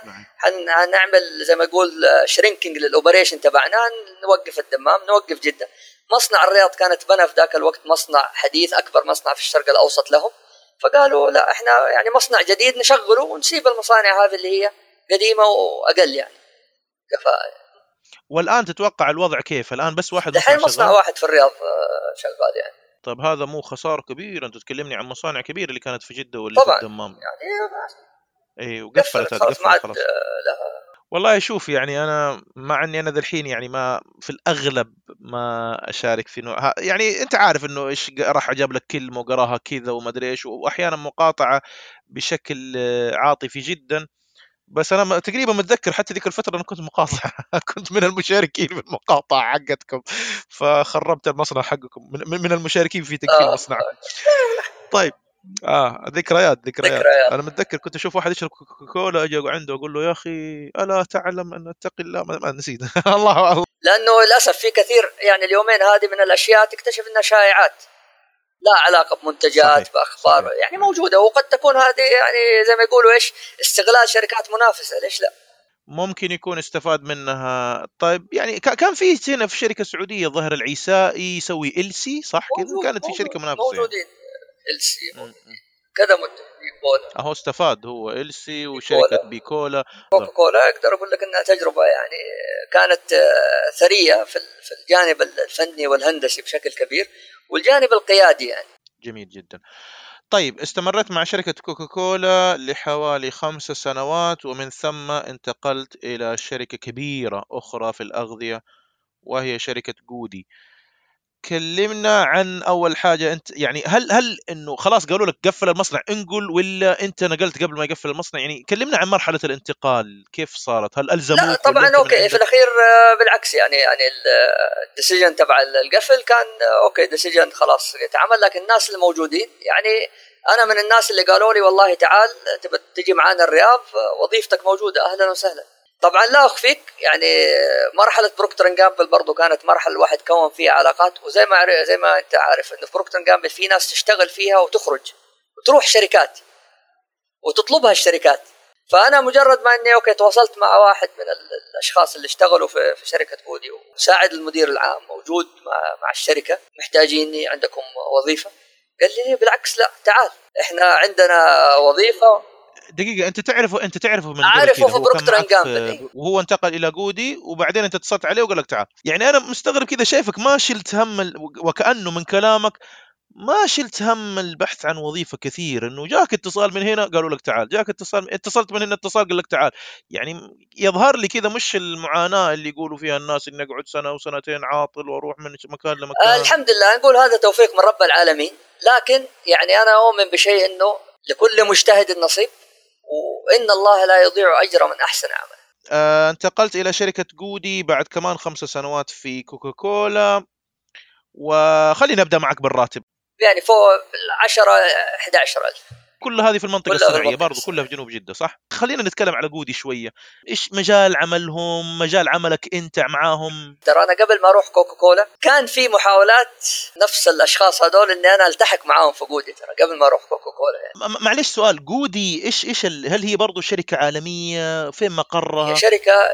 هنعمل زي ما يقول شرينكينج للأوبريشن تبعنا، نوقف الدمام، نوقف جدة. مصنع الرياض كانت بنى في ذاك الوقت مصنع حديث، أكبر مصنع في الشرق الأوسط لهم. فقالوا لا احنا يعني مصنع جديد نشغله ونسيب المصانع هذه اللي هي قديمة وأقل يعني كفاءة. والآن تتوقع الوضع كيف؟ الآن بس واحد الحين مصنع واحد في الرياض شغال يعني. طيب هذا مو خسارة كبيرة؟ أنت تكلمني عن مصانع كبيرة اللي كانت في جدة واللي طبعا في الدمام يعني اي وقفلت خلاص ما عاد لها. والله شوف يعني انا مع اني انا ذا الحين يعني ما في الاغلب ما اشارك في نوع يعني انت عارف انه ايش راح اجاب لك كلمه وقراها كذا وما ادري ايش، واحيانا مقاطعه بشكل عاطفي جدا. بس انا تقريبا متذكر حتى ذيك الفتره انا كنت مقاطع كنت من المشاركين في المقاطعه حقتكم، فخربت المصنع حقكم من المشاركين في تقفيل مصنعكم. طيب ذكريات. انا متذكر كنت اشوف واحد يشرب كوكاكولا، اجي عنده اقول له يا اخي الا تعلم ان اتقي الله، ما نسيت الله لانه للاسف في كثير يعني اليومين هذه من الاشياء تكتشف انها شائعات لا علاقه بمنتجات، باخبار صحيح. يعني موجوده، وقد تكون هذه يعني زي ما يقولوا ايش استغلال شركات منافسه، ليش لا؟ ممكن يكون استفاد منها. طيب يعني كان في هنا في شركه سعوديه ظهر العيسائي يسوي إلسي صح كذا، كانت في شركه منافسه موجودين يعني. إلسي كذا بيكولا اهو استفاد هو إلسي وشركه بيكولا. كوكا كولا اقدر اقول لك انها تجربه يعني كانت ثريه في الجانب الفني والهندسي بشكل كبير، والجانب القيادي يعني. جميل جدا. طيب استمرت مع شركة كوكاكولا لحوالي 5 سنوات، ومن ثم انتقلت إلى شركة كبيرة أخرى في الأغذية وهي شركة جودي. كلمنا عن أول حاجة، أنت يعني هل إنه خلاص قالوا لك قفل المصنع انقل، ولا أنت نقلت قبل ما يقفل المصنع؟ يعني كلمنا عن مرحلة الانتقال كيف صارت، هل ألزموك؟ لا طبعا أوكي في الأخير بالعكس يعني الديسيجن تبع القفل كان أوكي ديسيجن خلاص يتعمل، لكن الناس الموجودين يعني أنا من الناس اللي قالوا لي والله تعال تبى تجي معانا الرياض، وظيفتك موجودة أهلا وسهلا. طبعا لا أخفيك يعني مرحلة بروكتر اند جامبل برضو كانت مرحلة الواحد كون فيها علاقات، وزي ما أنت عارف إنه في بروكتر اند جامبل في ناس تشتغل فيها وتخرج وتروح شركات وتطلبها الشركات. فأنا مجرد ما إني أوكي تواصلت مع واحد من الأشخاص اللي اشتغلوا في شركة جودي، وساعد المدير العام موجود مع الشركة، محتاجيني عندكم وظيفة؟ قال لي بالعكس لا تعال إحنا عندنا وظيفة. دقيقة، أنت تعرفه من أعرفه في بروكتر اند جامبل وهو انتقل إلى جودي، وبعدين أنت اتصلت عليه وقال لك تعال. يعني أنا مستغرب كذا شايفك ما شلت هم وكأنه من كلامك ما شلت هم البحث عن وظيفة كثير، انه جاك اتصال من هنا قالوا لك تعال، جاك اتصلت من هنا اتصال قال لك تعال. يعني يظهر لي كذا مش المعاناة اللي يقولوا فيها الناس اني اقعد سنة وسنتين عاطل واروح من مكان لمكان. الحمد لله نقول هذا توفيق من رب العالمين، لكن يعني انا اؤمن بشيء انه لكل مجتهد النصيب، وان الله لا يضيع اجر من احسن عمل. انتقلت الى شركة جودي بعد كمان 5 سنوات في كوكاكولا، وخلينا نبدأ معك بالراتب. يعني فوق 10-11 ألف. كل هذه في المنطقة الصناعية برضو، كلها في جنوب جدة صح؟ خلينا نتكلم على جودي شوية. إيش مجال عملهم، مجال عملك أنت معاهم؟ ترى أنا قبل ما أروح كوكاكولا كان في محاولات نفس الأشخاص هذول إني أنا ألتحق معاهم في جودي، ترى قبل ما أروح كوكاكولا يعني. معلش سؤال، جودي إيش هل هي برضو شركة عالمية؟ فين مقرها؟ هي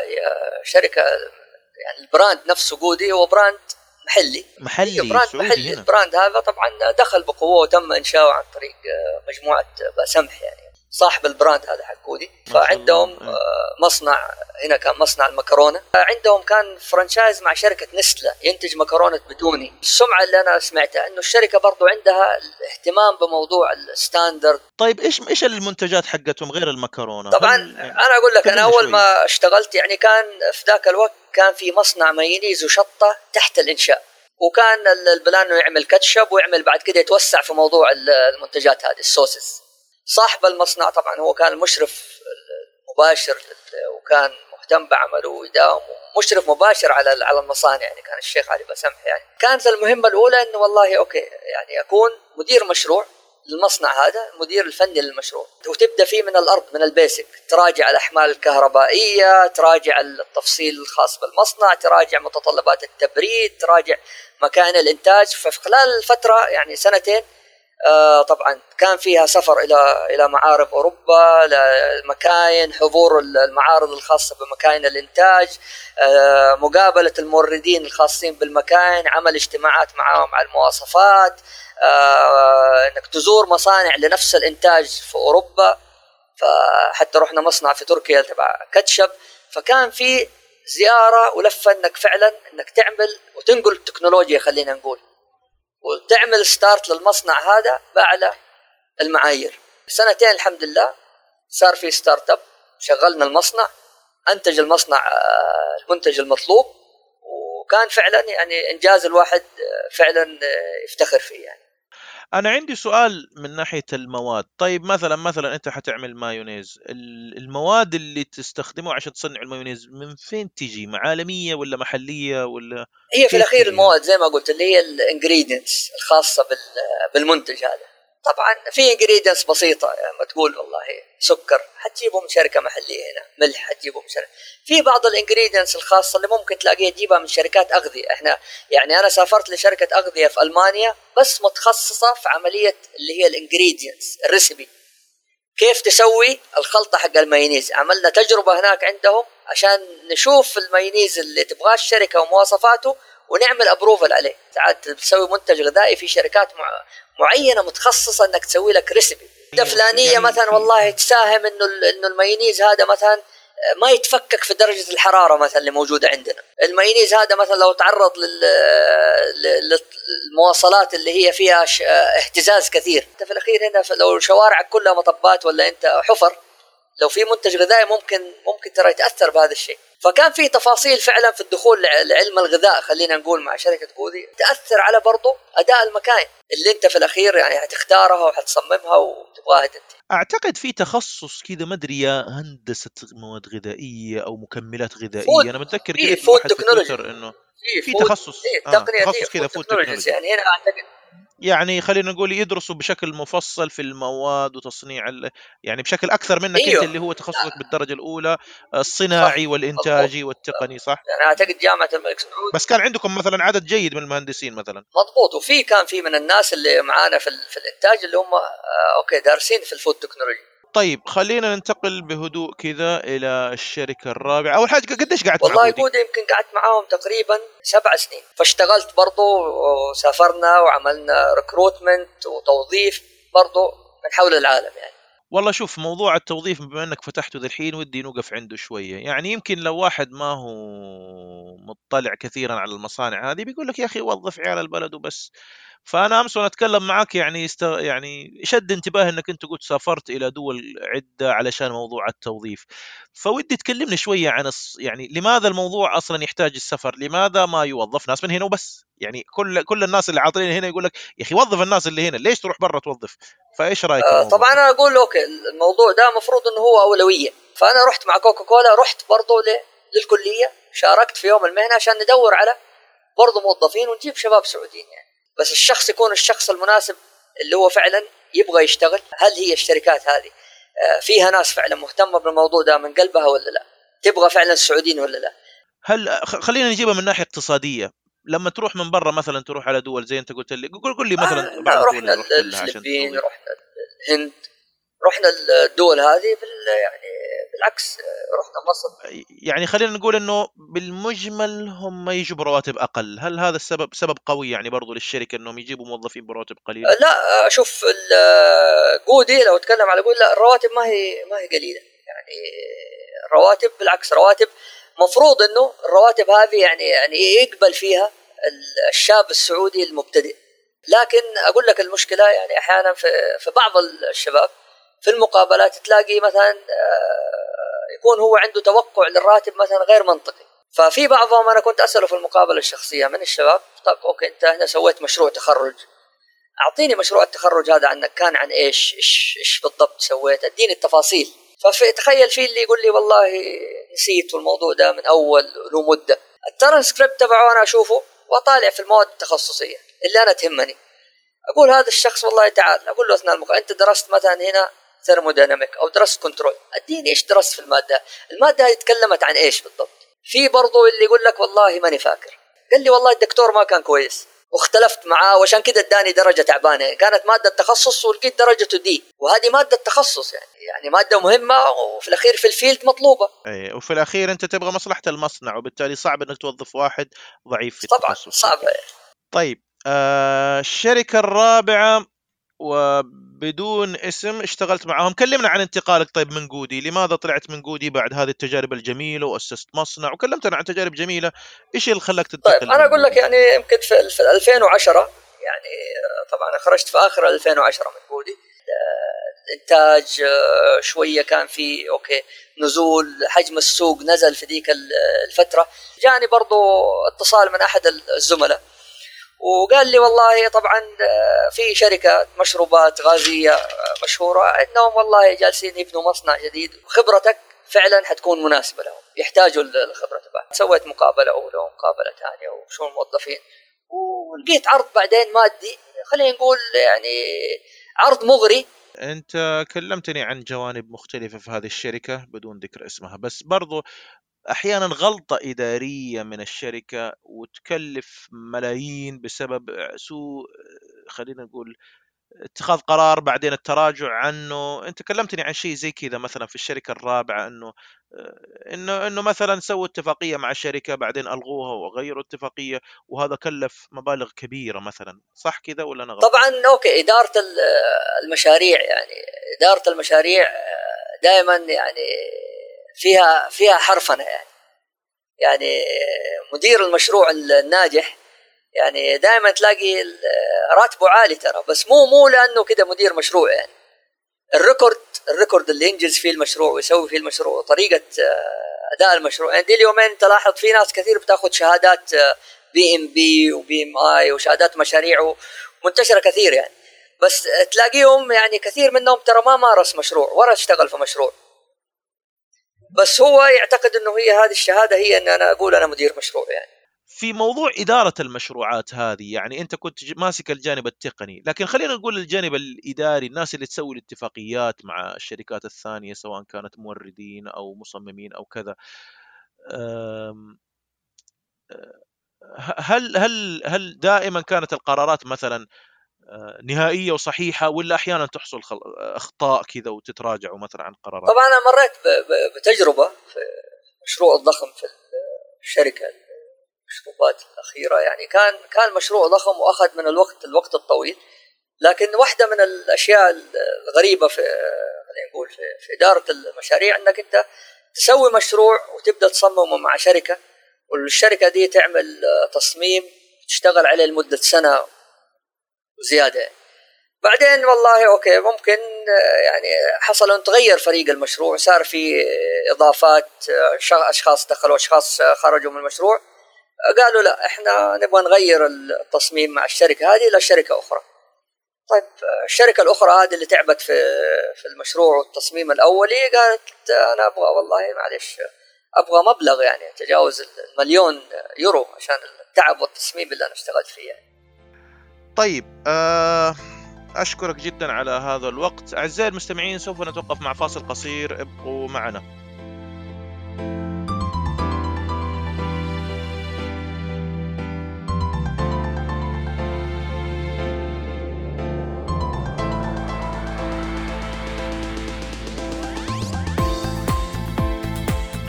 شركة يعني البراند نفسه جودي هو براند محلي براند محلي هنا. البراند هذا طبعا دخل بقوة وتم إنشاؤه عن طريق مجموعة سمح يعني. صاحب البراند هذا حق كودي. ما شاء فعندهم الله. مصنع هنا، كان مصنع المكرونة. عندهم كان فرانشايز مع شركة نستلا ينتج مكرونة بدوني. السمعة اللي أنا سمعتها إنه الشركة برضو عندها اهتمام بموضوع الستاندرد. طيب ايش المنتجات حقتهم غير المكرونه؟ طبعا أنا أقول لك، أنا أول شوي. ما اشتغلت يعني كان في ذاك الوقت كان في مصنع مايونيز وشطة تحت الإنشاء، وكان البلان إنه يعمل كاتشب ويعمل بعد كده يتوسع في موضوع المنتجات هذه السوسز. صاحب المصنع طبعا هو كان المشرف المباشر وكان مهتم بعمله ويداوم، مشرف مباشر على المصانع يعني، كان الشيخ علي بسمح. يعني كانت المهمة الأولى إنه والله أوكي يعني أكون مدير مشروع للمصنع هذا، المدير الفني للمشروع، وتبدأ فيه من الأرض من البيسك، تراجع الأحمال الكهربائية، تراجع التفصيل الخاص بالمصنع، تراجع متطلبات التبريد، تراجع مكان الإنتاج. ففي خلال الفترة يعني سنتين طبعا كان فيها سفر إلى معارض أوروبا، لمكاين، حضور المعارض الخاصة بمكاين الإنتاج، مقابلة الموردين الخاصين بالمكاين، عمل اجتماعات معهم على المواصفات، انك تزور مصانع لنفس الانتاج في اوروبا. فحتى رحنا مصنع في تركيا تبع كاتشب، فكان في زيارة ولفة انك فعلا انك تعمل وتنقل التكنولوجيا، خلينا نقول، وتعمل ستارت للمصنع هذا بأعلى المعايير. سنتين الحمد لله صار في ستارت اب، شغلنا المصنع، انتج المصنع المنتج المطلوب، وكان فعلا يعني انجاز الواحد فعلا يفتخر فيه يعني. انا عندي سؤال من ناحيه المواد. طيب مثلا انت حتعمل مايونيز، المواد اللي تستخدمها عشان تصنع المايونيز من فين تجي؟ عالمية ولا محليه ولا هي في كيف الاخير تجي؟ المواد زي ما قلت اللي هي الانجريدينتس الخاصه بالمنتج هذا. طبعا في انجريدينتس بسيطه يعني، ما تقول والله سكر حتجيبه من شركه محليه هنا، ملح حتجيبه من شركه. في بعض الانجريدينتس الخاصه اللي ممكن تلاقيها تجيبها من شركات اغذيه. احنا يعني انا سافرت لشركه اغذيه في المانيا بس متخصصه في عمليه اللي هي الانجريدينتس، الريسبي، كيف تسوي الخلطه حق المايونيز. عملنا تجربه هناك عندهم عشان نشوف المايونيز اللي تبغاه الشركه ومواصفاته ونعمل ابروفل عليه. ساعات تسوي منتج غذائي في شركات معينه متخصصه انك تسوي لك ريسبي فلانيه يعني مثلا، والله تساهم انه المايونيز هذا مثلا ما يتفكك في درجه الحراره مثلا اللي موجوده عندنا. المايونيز هذا مثلا لو تعرض للمواصلات اللي هي فيها اهتزاز كثير، انت في الاخير هنا لو شوارعك كلها مطبات ولا انت حفر، لو في منتج غذائي ممكن ترى يتاثر بهذا الشيء. فكان في تفاصيل فعلا في الدخول لعلم الغذاء، خلينا نقول مع شركه كودي، تاثر على برضو اداء المكاين اللي انت في الاخير يعني هتختارها وحتصممها وتبغاها تنتهي. اعتقد في تخصص كذا، ما ادري يا هندسه مواد غذائيه او مكملات فود، غذائيه. انا متذكر في قريت فود لواحد في تكنولوجي، تويتر انه في فود، تخصص تقنيه، تخصص كذا فود فود تكنولوجيز تكنولوجي. يعني. هنا اعتقد يعني خلينا نقول يدرسوا بشكل مفصل في المواد وتصنيع يعني بشكل اكثر منك انت ايوه اللي هو تخصصك بالدرجه الاولى، صح الصناعي مضبوط. والانتاجي والتقني، صح؟ يعني اعتقد جامعه الملك سعود. بس كان عندكم مثلا عدد جيد من المهندسين مثلا؟ مضبوط، وفي كان في من الناس اللي معانا في الانتاج اللي هم اوكي دارسين في الفود تكنولوجي. طيب خلينا ننتقل بهدوء كذا الى الشركه الرابعه. اول حاجه قديش قعدت مع والله كودي؟ كودي يمكن قعدت معاهم تقريبا 7 سنين، فاشتغلت برضو وسافرنا وعملنا ريكروتمنت وتوظيف برضو من حول العالم يعني. والله شوف، موضوع التوظيف بما انك فتحته ذا الحين ودي نوقف عنده شويه. يعني يمكن لو واحد ما هو مطلع كثيرا على المصانع هذه بيقول لك يا اخي وظف عيال البلد وبس. فانا امس وانا اتكلم معك يعني يعني شد انتباهي انك انت قلت سافرت الى دول عده علشان موضوع التوظيف. فودي تكلمني شويه عن يعني لماذا الموضوع اصلا يحتاج السفر؟ لماذا ما يوظف ناس من هنا وبس؟ يعني كل الناس اللي عاطلين هنا يقول لك يا اخي وظف الناس اللي هنا، ليش تروح برا توظف؟ فايش رايك في الموضوع طبعا ده؟ انا اقول اوكي الموضوع ده مفروض انه هو اولويه. فانا رحت مع كوكا كولا، رحت برضو للكليه، شاركت في يوم المهنه عشان ندور على برضو موظفين ونجيب شباب سعوديين يعني. بس الشخص يكون الشخص المناسب اللي هو فعلا يبغى يشتغل. هل هي الشركات هذه فيها ناس فعلا مهتمه بالموضوع ده من قلبها ولا لا؟ تبغى فعلا السعوديين ولا لا؟ هل خلينا نجيبها من ناحيه اقتصاديه. لما تروح من برا مثلا تروح على دول زي انت قلت لي، قول لي مثلا بعض لا، الدول رحنا اللي رحت لها عشان الفلبين، التوظيف. رحنا الهند، رحنا الدول هذه يعني بالعكس رحنا مصر. يعني خلينا نقول انه بالمجمل هم يجيبوا رواتب اقل، هل هذا السبب سبب قوي يعني برضو للشركه انهم يجيبوا موظفين برواتب قليله؟ لا شوف جودي لو اتكلم على جودي، لا الرواتب ما هي قليله يعني. الرواتب بالعكس رواتب مفروض انه الرواتب هذه يعني يقبل فيها الشاب السعودي المبتدئ. لكن اقول لك المشكله يعني احيانا في بعض الشباب في المقابلات تلاقي مثلا يكون هو عنده توقع للراتب مثلا غير منطقي. ففي بعضهم انا كنت اساله في المقابله الشخصيه من الشباب، طب اوكي انت هنا سويت مشروع تخرج، اعطيني مشروع التخرج هذا عنك كان عن ايش بالضبط سويت، اديني التفاصيل. فتخيل في اللي يقول لي والله نسيت الموضوع ده من اول له مده. الترانسكريبت تبعه انا اشوفه واطالع في المواد التخصصيه اللي انا تهمني، اقول هذا الشخص والله تعال اقول له اثناء انت درست مثلا هنا ثيرموديناميك او درست كنترول، اديني ايش درست في الماده هذه تكلمت عن ايش بالضبط. في برضو اللي يقول لك والله ماني فاكر، قال لي والله الدكتور ما كان كويس واختلفت معاه وعشان كده اداني درجه تعبانه، كانت ماده تخصص ولقيت درجته دي، وهذه ماده تخصص يعني ماده مهمه وفي الاخير في الفيلد مطلوبه. اي وفي الاخير انت تبغى مصلحه المصنع، وبالتالي صعب انك توظف واحد ضعيف في طبعا التخصص. صعب. طيب الشركه الرابعه وبدون اسم اشتغلت معهم، كلمنا عن انتقالك طيب من جودي، لماذا طلعت من جودي بعد هذه التجارب الجميلة وأسست مصنع وكلمتنا عن تجارب جميلة، إيش اللي خلاك تنتقل؟ طيب أنا أقول لك يعني يمكن في 2010 يعني طبعا خرجت في آخر 2010 من جودي. الإنتاج شوية كان في أوكي نزول، حجم السوق نزل في ذيك الفترة. جاني برضو اتصال من أحد الزملاء وقال لي والله طبعا في شركة مشروبات غازية مشهورة انهم والله جالسين يبنوا مصنع جديد، خبرتك فعلا حتكون مناسبة لهم، يحتاجوا الخبرة تبعك. سويت مقابلة اولى ومقابلة ثانية وشو الموظفين، ولقيت عرض بعدين مادي خلينا نقول يعني عرض مغري. انت كلمتني عن جوانب مختلفة في هذه الشركة بدون ذكر اسمها، بس برضو احيانا غلطة ادارية من الشركة وتكلف ملايين بسبب سوء، خلينا نقول اتخاذ قرار بعدين التراجع عنه. انت كلمتني عن شيء زي كذا مثلا في الشركة الرابعة، انه مثلا سووا اتفاقية مع الشركة بعدين الغوها وغيروا اتفاقية، وهذا كلف مبالغ كبيرة مثلا، صح كذا ولا انا غلطان؟ طبعا اوكي إدارة المشاريع يعني إدارة المشاريع دائما يعني فيها حرفنة يعني مدير المشروع الناجح يعني دائما تلاقي راتبه عالي ترى، بس مو لانه كده مدير مشروع. يعني الريكورد اللي ينجز فيه المشروع ويسوي فيه المشروع، طريقه اداء المشروع. يعني دي اليومين تلاحظ في ناس كثير بتاخذ شهادات BMB وBMI وشهادات مشاريع منتشره كثير يعني، بس تلاقيهم يعني كثير منهم ترى ما مارس مشروع ولا اشتغل في مشروع، بس هو يعتقد انه هي هذه الشهاده هي ان انا اقول انا مدير مشروع. يعني في موضوع إدارة المشروعات هذه، يعني أنت كنت ماسك الجانب التقني، لكن خلينا نقول الجانب الإداري، الناس اللي تسوي الاتفاقيات مع الشركات الثانية سواء كانت موردين أو مصممين أو كذا، هل دائما كانت القرارات مثلا نهائية وصحيحة، ولا أحيانا تحصل أخطاء كذا وتتراجعوا مثلا عن قرارات؟ طبعا انا مريت بتجربه في مشروع ضخم في الشركه المشروبات الأخيرة. يعني كان مشروع ضخم وأخذ من الوقت الطويل، لكن واحدة من الأشياء الغريبة خلينا نقول في إدارة المشاريع أنك أنت تسوي مشروع وتبدأ تصممه مع شركة، والشركة دي تعمل تصميم تشتغل عليه لمدة سنة وزيادة. بعدين والله أوكي ممكن يعني حصل أن تغير فريق المشروع، صار في إضافات، أشخاص دخلوا أشخاص خرجوا من المشروع، قالوا لا احنا نبغى نغير التصميم مع الشركة هذه إلى شركة أخرى. طيب الشركة الأخرى هذه اللي تعبت في المشروع والتصميم الأولي قالت أنا أبغى والله معلش أبغى مبلغ يعني تجاوز $1,000,000 عشان التعب والتصميم اللي أنا اشتغلت فيه يعني. طيب أشكرك جدا على هذا الوقت. أعزائي المستمعين سوف نتوقف مع فاصل قصير، ابقوا معنا.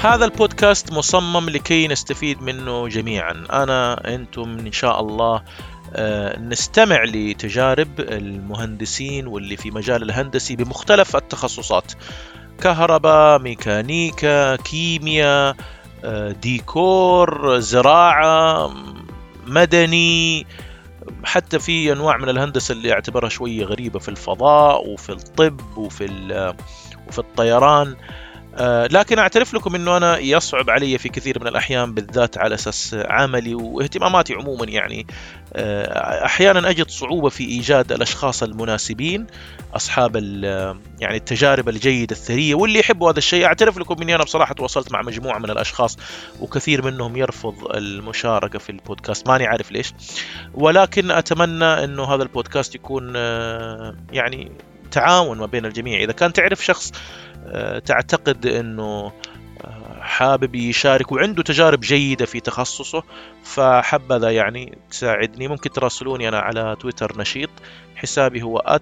هذا البودكاست مصمم لكي نستفيد منه جميعا، أنا أنتم إن شاء الله نستمع لتجارب المهندسين واللي في مجال الهندسي بمختلف التخصصات، كهرباء، ميكانيكا، كيمياء، ديكور، زراعة، مدني، حتى في أنواع من الهندسة اللي أعتبرها شوية غريبة في الفضاء وفي الطب وفي الطيران. لكن أعترف لكم أنه أنا يصعب علي في كثير من الأحيان، بالذات على أساس عملي واهتماماتي عموما، يعني أحيانا أجد صعوبة في إيجاد الأشخاص المناسبين، أصحاب يعني التجارب الجيدة الثرية واللي يحبوا هذا الشيء. أعترف لكم أني أنا بصراحة تواصلت مع مجموعة من الأشخاص وكثير منهم يرفض المشاركة في البودكاست، ماني عارف ليش، ولكن أتمنى أنه هذا البودكاست يكون يعني تعاون ما بين الجميع. إذا كان تعرف شخص تعتقد أنه حابب يشارك وعنده تجارب جيدة في تخصصه، فحبذا يعني تساعدني. ممكن تراسلوني أنا على تويتر نشيط، حسابي هو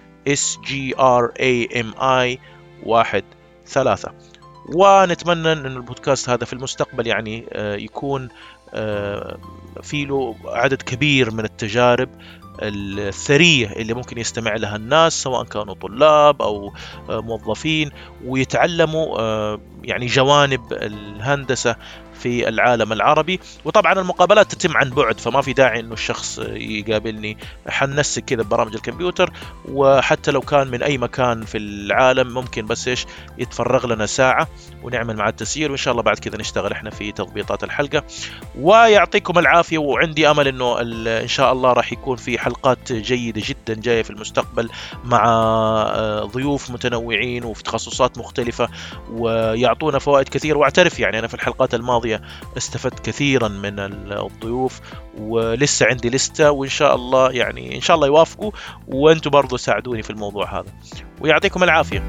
@SGRAMI13، ونتمنى أن البودكاست هذا في المستقبل يعني يكون فيه له عدد كبير من التجارب الثرية اللي ممكن يستمع لها الناس، سواء كانوا طلاب أو موظفين، ويتعلموا يعني جوانب الهندسة في العالم العربي. وطبعا المقابلات تتم عن بعد، فما في داعي انه الشخص يقابلني، حننسق كذا ببرامج الكمبيوتر، وحتى لو كان من اي مكان في العالم ممكن بس يتفرغ لنا ساعة ونعمل مع التسجيل، وان شاء الله بعد كذا نشتغل احنا في تضبيطات الحلقة. ويعطيكم العافية، وعندي امل انه ان شاء الله راح يكون في حلقات جيدة جدا جاية في المستقبل مع ضيوف متنوعين وفي تخصصات مختلفة ويعطونا فوائد كثير. واعترف يعني انا في الحلقات الماضية استفدت كثيرا من الضيوف، ولسه عندي لستة، وإن شاء الله يعني إن شاء الله يوافقوا، وأنتم برضو ساعدوني في الموضوع هذا، ويعطيكم العافية.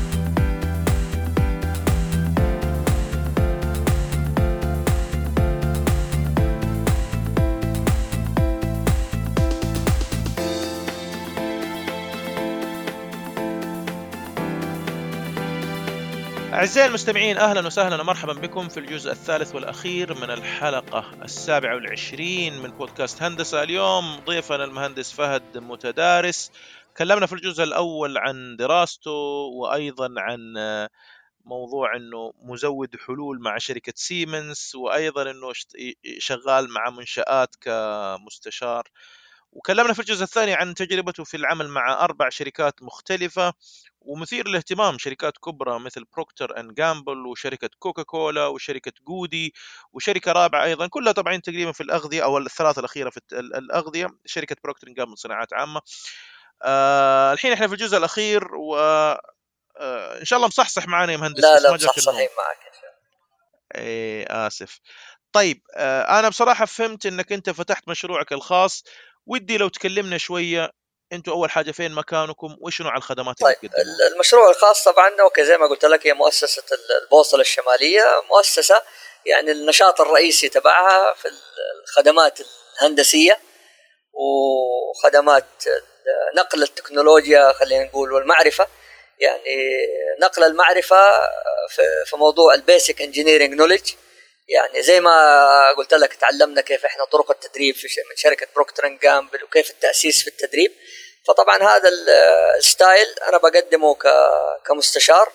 أعزائي المستمعين، أهلا وسهلا ومرحبا بكم في الجزء الثالث والأخير من الحلقة 27 من بودكاست هندسة. اليوم ضيفنا المهندس فهد متدارس. كلمنا في الجزء الأول عن دراسته، وأيضا عن موضوع أنه مزود حلول مع شركة سيمنز، وأيضا أنه شغال مع منشآت كمستشار. وكلمنا في الجزء الثاني عن تجربته في العمل مع 4 شركات مختلفة ومثير للاهتمام، شركات كبرى مثل بروكتر أند جامبل، وشركة كوكا كولا، وشركة جودي، وشركة رابعة أيضا، كلها طبعا تقريبا في الأغذية، أو الثلاثة الأخيرة في الأغذية، شركة بروكتر أند جامبل صناعات عامة. الحين احنا في الجزء الأخير، وإن شاء الله مصحصح معنا يا مهندس. لا بس ما جاك مصحصحين معك إن شاء الله. آسف. طيب أنا بصراحة فهمت أنك أنت فتحت مشروعك الخاص، ودي لو تكلمنا شوية، أنتوا أول حاجة فين مكانكم وإيش نوع الخدمات اللي تقدموها؟ المشروع الخاص طبعا زي ما قلت لك هي مؤسسة البوصلة الشمالية، مؤسسة يعني النشاط الرئيسي تبعها في الخدمات الهندسية وخدمات نقل التكنولوجيا خلينا نقول والمعرفة، يعني نقل المعرفة في موضوع البيسك انجينيرينج نوليدج. يعني زي ما قلت لك تعلمنا كيف احنا طرق التدريب من شركة بروكتر اند جامبل وكيف التأسيس في التدريب، فطبعا هذا الستايل انا بقدمه كمستشار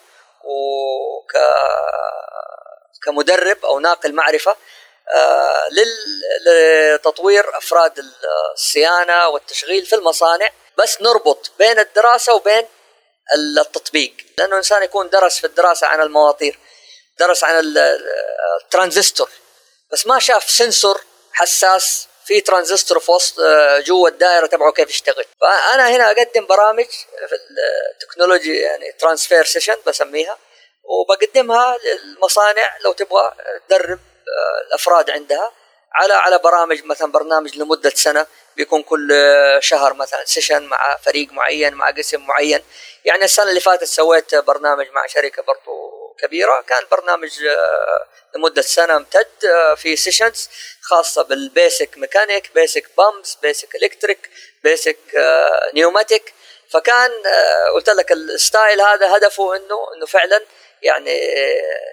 كمدرب او ناقل معرفة لتطوير افراد الصيانة والتشغيل في المصانع، بس نربط بين الدراسة وبين التطبيق، لانه الانسان يكون درس في الدراسة عن المواطير، درس عن الترانزستور بس ما شاف سنسور حساس في ترانزستور في وسط جوا الدائرة تبعه كيف يشتغل. فأنا هنا أقدم برامج في التكنولوجي يعني ترانسفير سيشن بسميها، وبقدمها للمصانع لو تبغى تدرب الأفراد عندها على برامج، مثلا برنامج لمدة سنة بيكون كل شهر مثلا سيشن مع فريق معين مع قسم معين. يعني السنة اللي فاتت سويت برنامج مع شركة برضو كبيرة، كان برنامج لمدة سنة امتد في سيشنز خاصة بالبيسك ميكانيك، بيسك بامبس، بيسك الكتريك، بيسك نيوماتيك. فكان قلت لك الستايل هذا هدفه انه فعلا يعني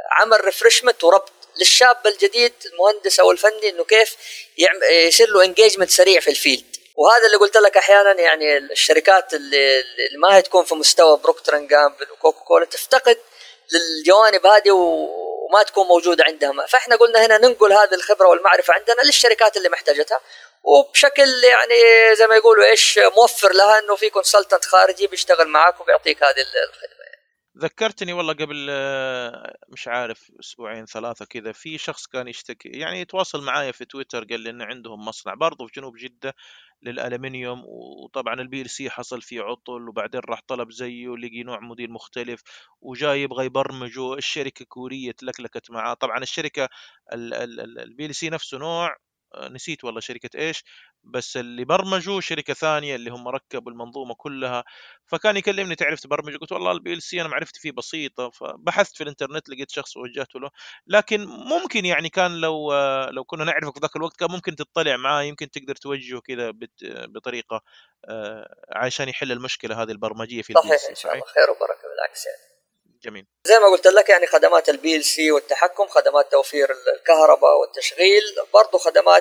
عمل ريفرشمنت وربط للشاب الجديد المهندس او الفني انه كيف يصير له انجيجمنت سريع في الفيلد. وهذا اللي قلت لك احيانا يعني الشركات اللي ما هي تكون في مستوى بروكتر اند جامبل وكوكا كولا تفتقد للجوانب هذه وما تكون موجوده عندها. فاحنا قلنا هنا ننقل هذه الخبره والمعرفه عندنا للشركات اللي محتاجتها، وبشكل يعني زي ما يقولوا ايش موفر لها انه في كونسلتنت خارجي بيشتغل معاك وبيعطيك هذه الخدمه. ذكرتني والله قبل مش عارف اسبوعين ثلاثه كذا، في شخص كان يشتكي يعني يتواصل معايا في تويتر، قال لي ان عندهم مصنع برضه في جنوب جده للالمنيوم، وطبعا البي ال سي حصل فيه عطل، وبعدين راح طلب زيه لقي نوع موديل مختلف وجاي يبغى يبرمجه. الشركه كوريه تلكلكت معاه. طبعا الشركه البي ال سي نفسه نوع نسيت والله شركه ايش، بس اللي برمجوا شركه ثانيه اللي هم ركبوا المنظومه كلها. فكان يكلمني تعرف تبرمج؟ قلت والله البي ال سي انا معرفتي فيه بسيطه. فبحثت في الانترنت لقيت شخص ووجهته له. لكن ممكن يعني كان لو كنا نعرفك في ذاك الوقت كان ممكن تطلع معاه، يمكن تقدر توجهه كذا بطريقه عشان يحل المشكله هذه البرمجيه في البي ال صحيح سي. ان شاء الله خير وبركه، بالعكس يعني. جميل. زي ما قلت لك يعني خدمات البي ال سي والتحكم، خدمات توفير الكهرباء والتشغيل، برضو خدمات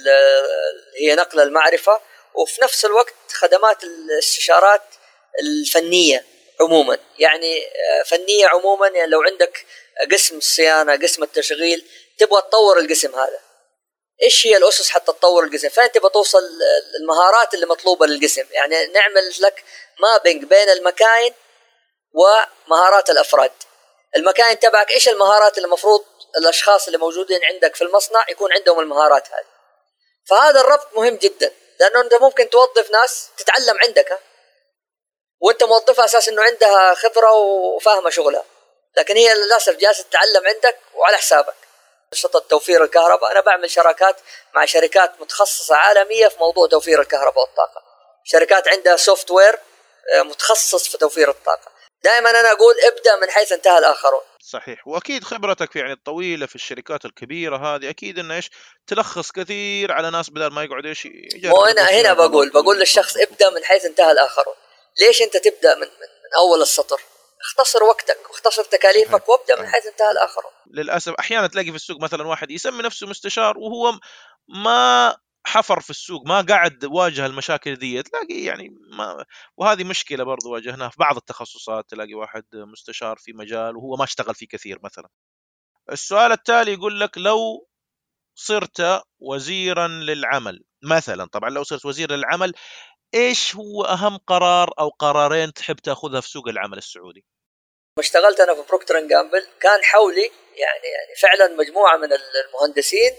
هي نقل المعرفة، وفي نفس الوقت خدمات الاستشارات الفنية عموما. يعني فنية عموما، يعني لو عندك قسم الصيانة قسم التشغيل تبغى تطور القسم هذا، ايش هي الأسس حتى تطور القسم؟ فأنت بتوصل المهارات اللي مطلوبة للقسم. يعني نعمل لك مابينج بين المكاين ومهارات الأفراد. المكاين تبعك ايش المهارات اللي المفروض الاشخاص اللي موجودين عندك في المصنع يكون عندهم المهارات هذه. فهذا الربط مهم جدا، لانه انت ممكن توظف ناس تتعلم عندك وانت موظفها اساس انه عندها خبره وفاهمه شغلها، لكن هي للاسف جالسه تتعلم عندك وعلى حسابك. خطة توفير الكهرباء، انا بعمل شراكات مع شركات متخصصه عالميه في موضوع توفير الكهرباء والطاقه، شركات عندها سوفت وير متخصص في توفير الطاقه. دائما انا اقول ابدا من حيث انتهى الاخرون. صحيح. واكيد خبرتك يعني الطويله في الشركات الكبيره هذه اكيد انه ايش تلخص كثير على ناس بدل ما يقعد ايش يجرب. وانا هنا بقول للشخص ابدا من حيث انتهى الاخرون. ليش انت تبدا من اول السطر؟ اختصر وقتك واختصر تكاليفك وابدا من حيث انتهى الاخرون. للاسف احيانا تلاقي في السوق مثلا واحد يسمي نفسه مستشار وهو ما حفر في السوق، ما قاعد واجه المشاكل دي، تلاقي يعني ما. وهذه مشكله برضو واجهناها في بعض التخصصات، تلاقي واحد مستشار في مجال وهو ما اشتغل فيه كثير مثلا. السؤال التالي يقول لك لو صرت وزيرا للعمل مثلا، طبعا لو صرت وزير للعمل ايش هو اهم قرار او قرارين تحب تاخذها في سوق العمل السعودي؟ لما اشتغلت انا في بروكتر اند جامبل كان حولي يعني فعلا مجموعه من المهندسين،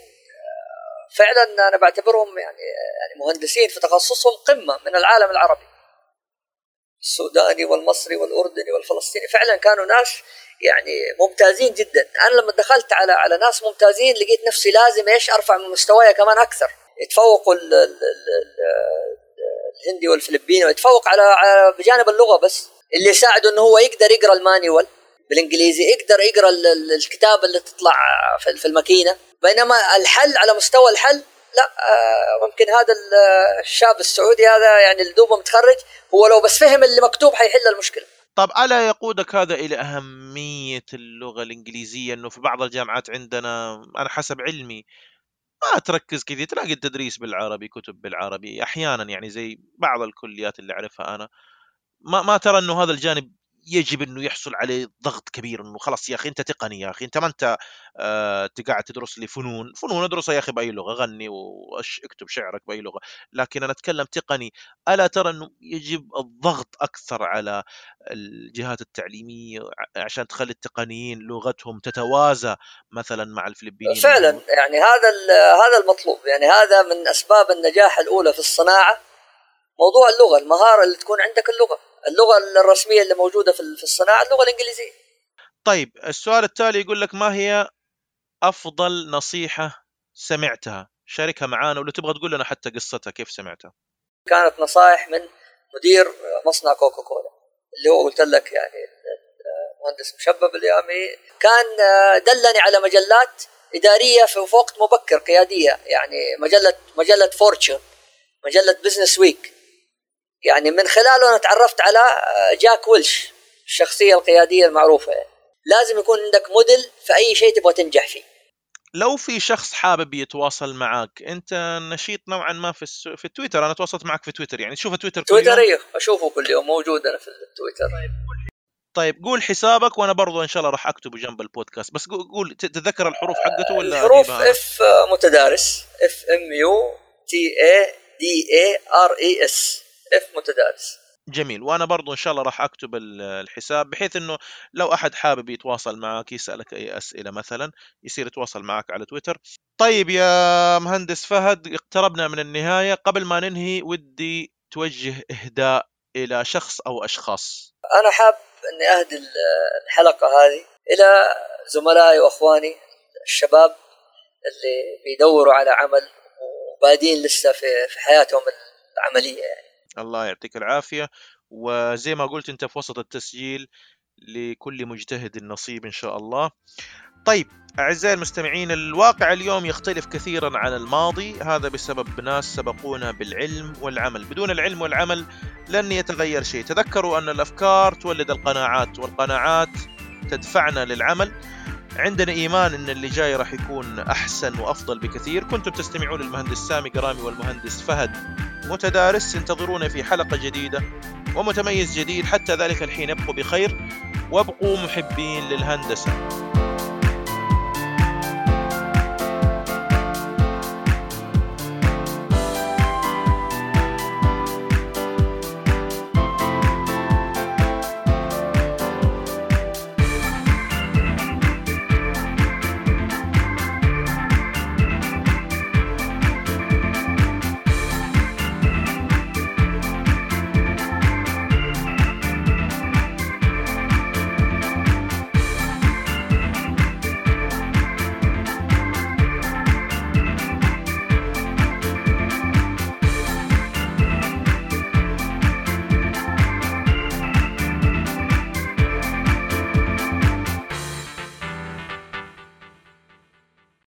فعلا انا بعتبرهم يعني مهندسين في تخصصهم قمه من العالم العربي، السوداني والمصري والاردني والفلسطيني، فعلا كانوا ناس يعني ممتازين جدا. انا لما دخلت على ناس ممتازين لقيت نفسي لازم ارفع من مستواي كمان اكثر. يتفوقوا الهندي والفلبيني، ويتفوق على بجانب اللغه، بس اللي يساعده انه هو يقدر يقرا المانيوال بالانجليزي، يقدر يقرا الكتاب اللي تطلع في الماكينه. بينما الحل على مستوى الحل لا، ممكن هذا الشاب السعودي هذا يعني الدوبه متخرج، هو لو بس فهم اللي مكتوب حيحل المشكله. طب ألا يقودك هذا إلى أهمية اللغة الإنجليزية؟ أنه في بعض الجامعات عندنا أنا حسب علمي ما تركز كذي، تلاقي التدريس بالعربي، كتب بالعربي أحيانا، يعني زي بعض الكليات اللي أعرفها أنا ما ترى انه هذا الجانب يجب انه يحصل عليه ضغط كبير، انه خلاص يا اخي انت تقني، يا اخي انت ما انت قاعد تدرس لي فنون ادرسها يا اخي باي لغه، غني واكتب شعرك باي لغه، لكن انا اتكلم تقني. الا ترى انه يجب الضغط اكثر على الجهات التعليميه عشان تخلي التقنيين لغتهم تتوازى مثلا مع الفلبينيين فعلا يعني هذا المطلوب. يعني هذا من اسباب النجاح الاولى في الصناعه، موضوع اللغه، المهاره اللي تكون عندك اللغه الرسميه اللي موجوده في الصناعه اللغه الانجليزيه. طيب السؤال التالي يقول لك ما هي افضل نصيحة سمعتها؟ شاركها معانا، ولو تبغى تقول لنا حتى قصتها كيف سمعتها. كانت نصائح من مدير مصنع كوكا كولا اللي هو قلت لك يعني المهندس مشبب اليامي، كان دلني على مجلات إدارية في وقت مبكر قيادية، يعني مجلة فورتشون، مجلة بزنس ويك. يعني من خلاله أنا تعرفت على جاك ويلش، الشخصية القيادية المعروفة يعني. لازم يكون عندك موديل في أي شيء تبغى تنجح فيه. لو في شخص حابب يتواصل معك، انت نشيط نوعا ما في التويتر، انا تواصلت معك في تويتر، يعني تشوف تويتر كل يوم؟ ايوه اشوفه كل يوم، موجود انا في التويتر. طيب قول حسابك وانا برضو ان شاء الله راح اكتبه جنب البودكاست، بس قول تتذكر الحروف حقته ولا الحروف اجيبها انا؟ اف متدارس، FMUTARES، اف متدارس. جميل، وانا برضو ان شاء الله راح اكتب الحساب، بحيث انه لو احد حابب يتواصل معك يسألك اي اسئلة مثلا يصير يتواصل معك على تويتر. طيب يا مهندس فهد، اقتربنا من النهاية، قبل ما ننهي ودي توجه اهداء الى شخص او اشخاص. انا حاب اني اهدي الحلقة هذه الى زملائي واخواني الشباب اللي بيدوروا على عمل وبادين لسه في حياتهم العملية يعني. الله يعطيك العافية، وزي ما قلت انت في وسط التسجيل، لكل مجتهد النصيب ان شاء الله. طيب أعزائي المستمعين، الواقع اليوم يختلف كثيرا عن الماضي، هذا بسبب ناس سبقونا بالعلم والعمل، بدون العلم والعمل لن يتغير شيء. تذكروا أن الأفكار تولد القناعات، والقناعات تدفعنا للعمل. عندنا إيمان أن اللي جاي راح يكون أحسن وأفضل بكثير. كنتم تستمعون للمهندس سامي قرامي والمهندس فهد متدارس. انتظرونا في حلقة جديدة ومتميز جديد. حتى ذلك الحين ابقوا بخير وابقوا محبين للهندسة.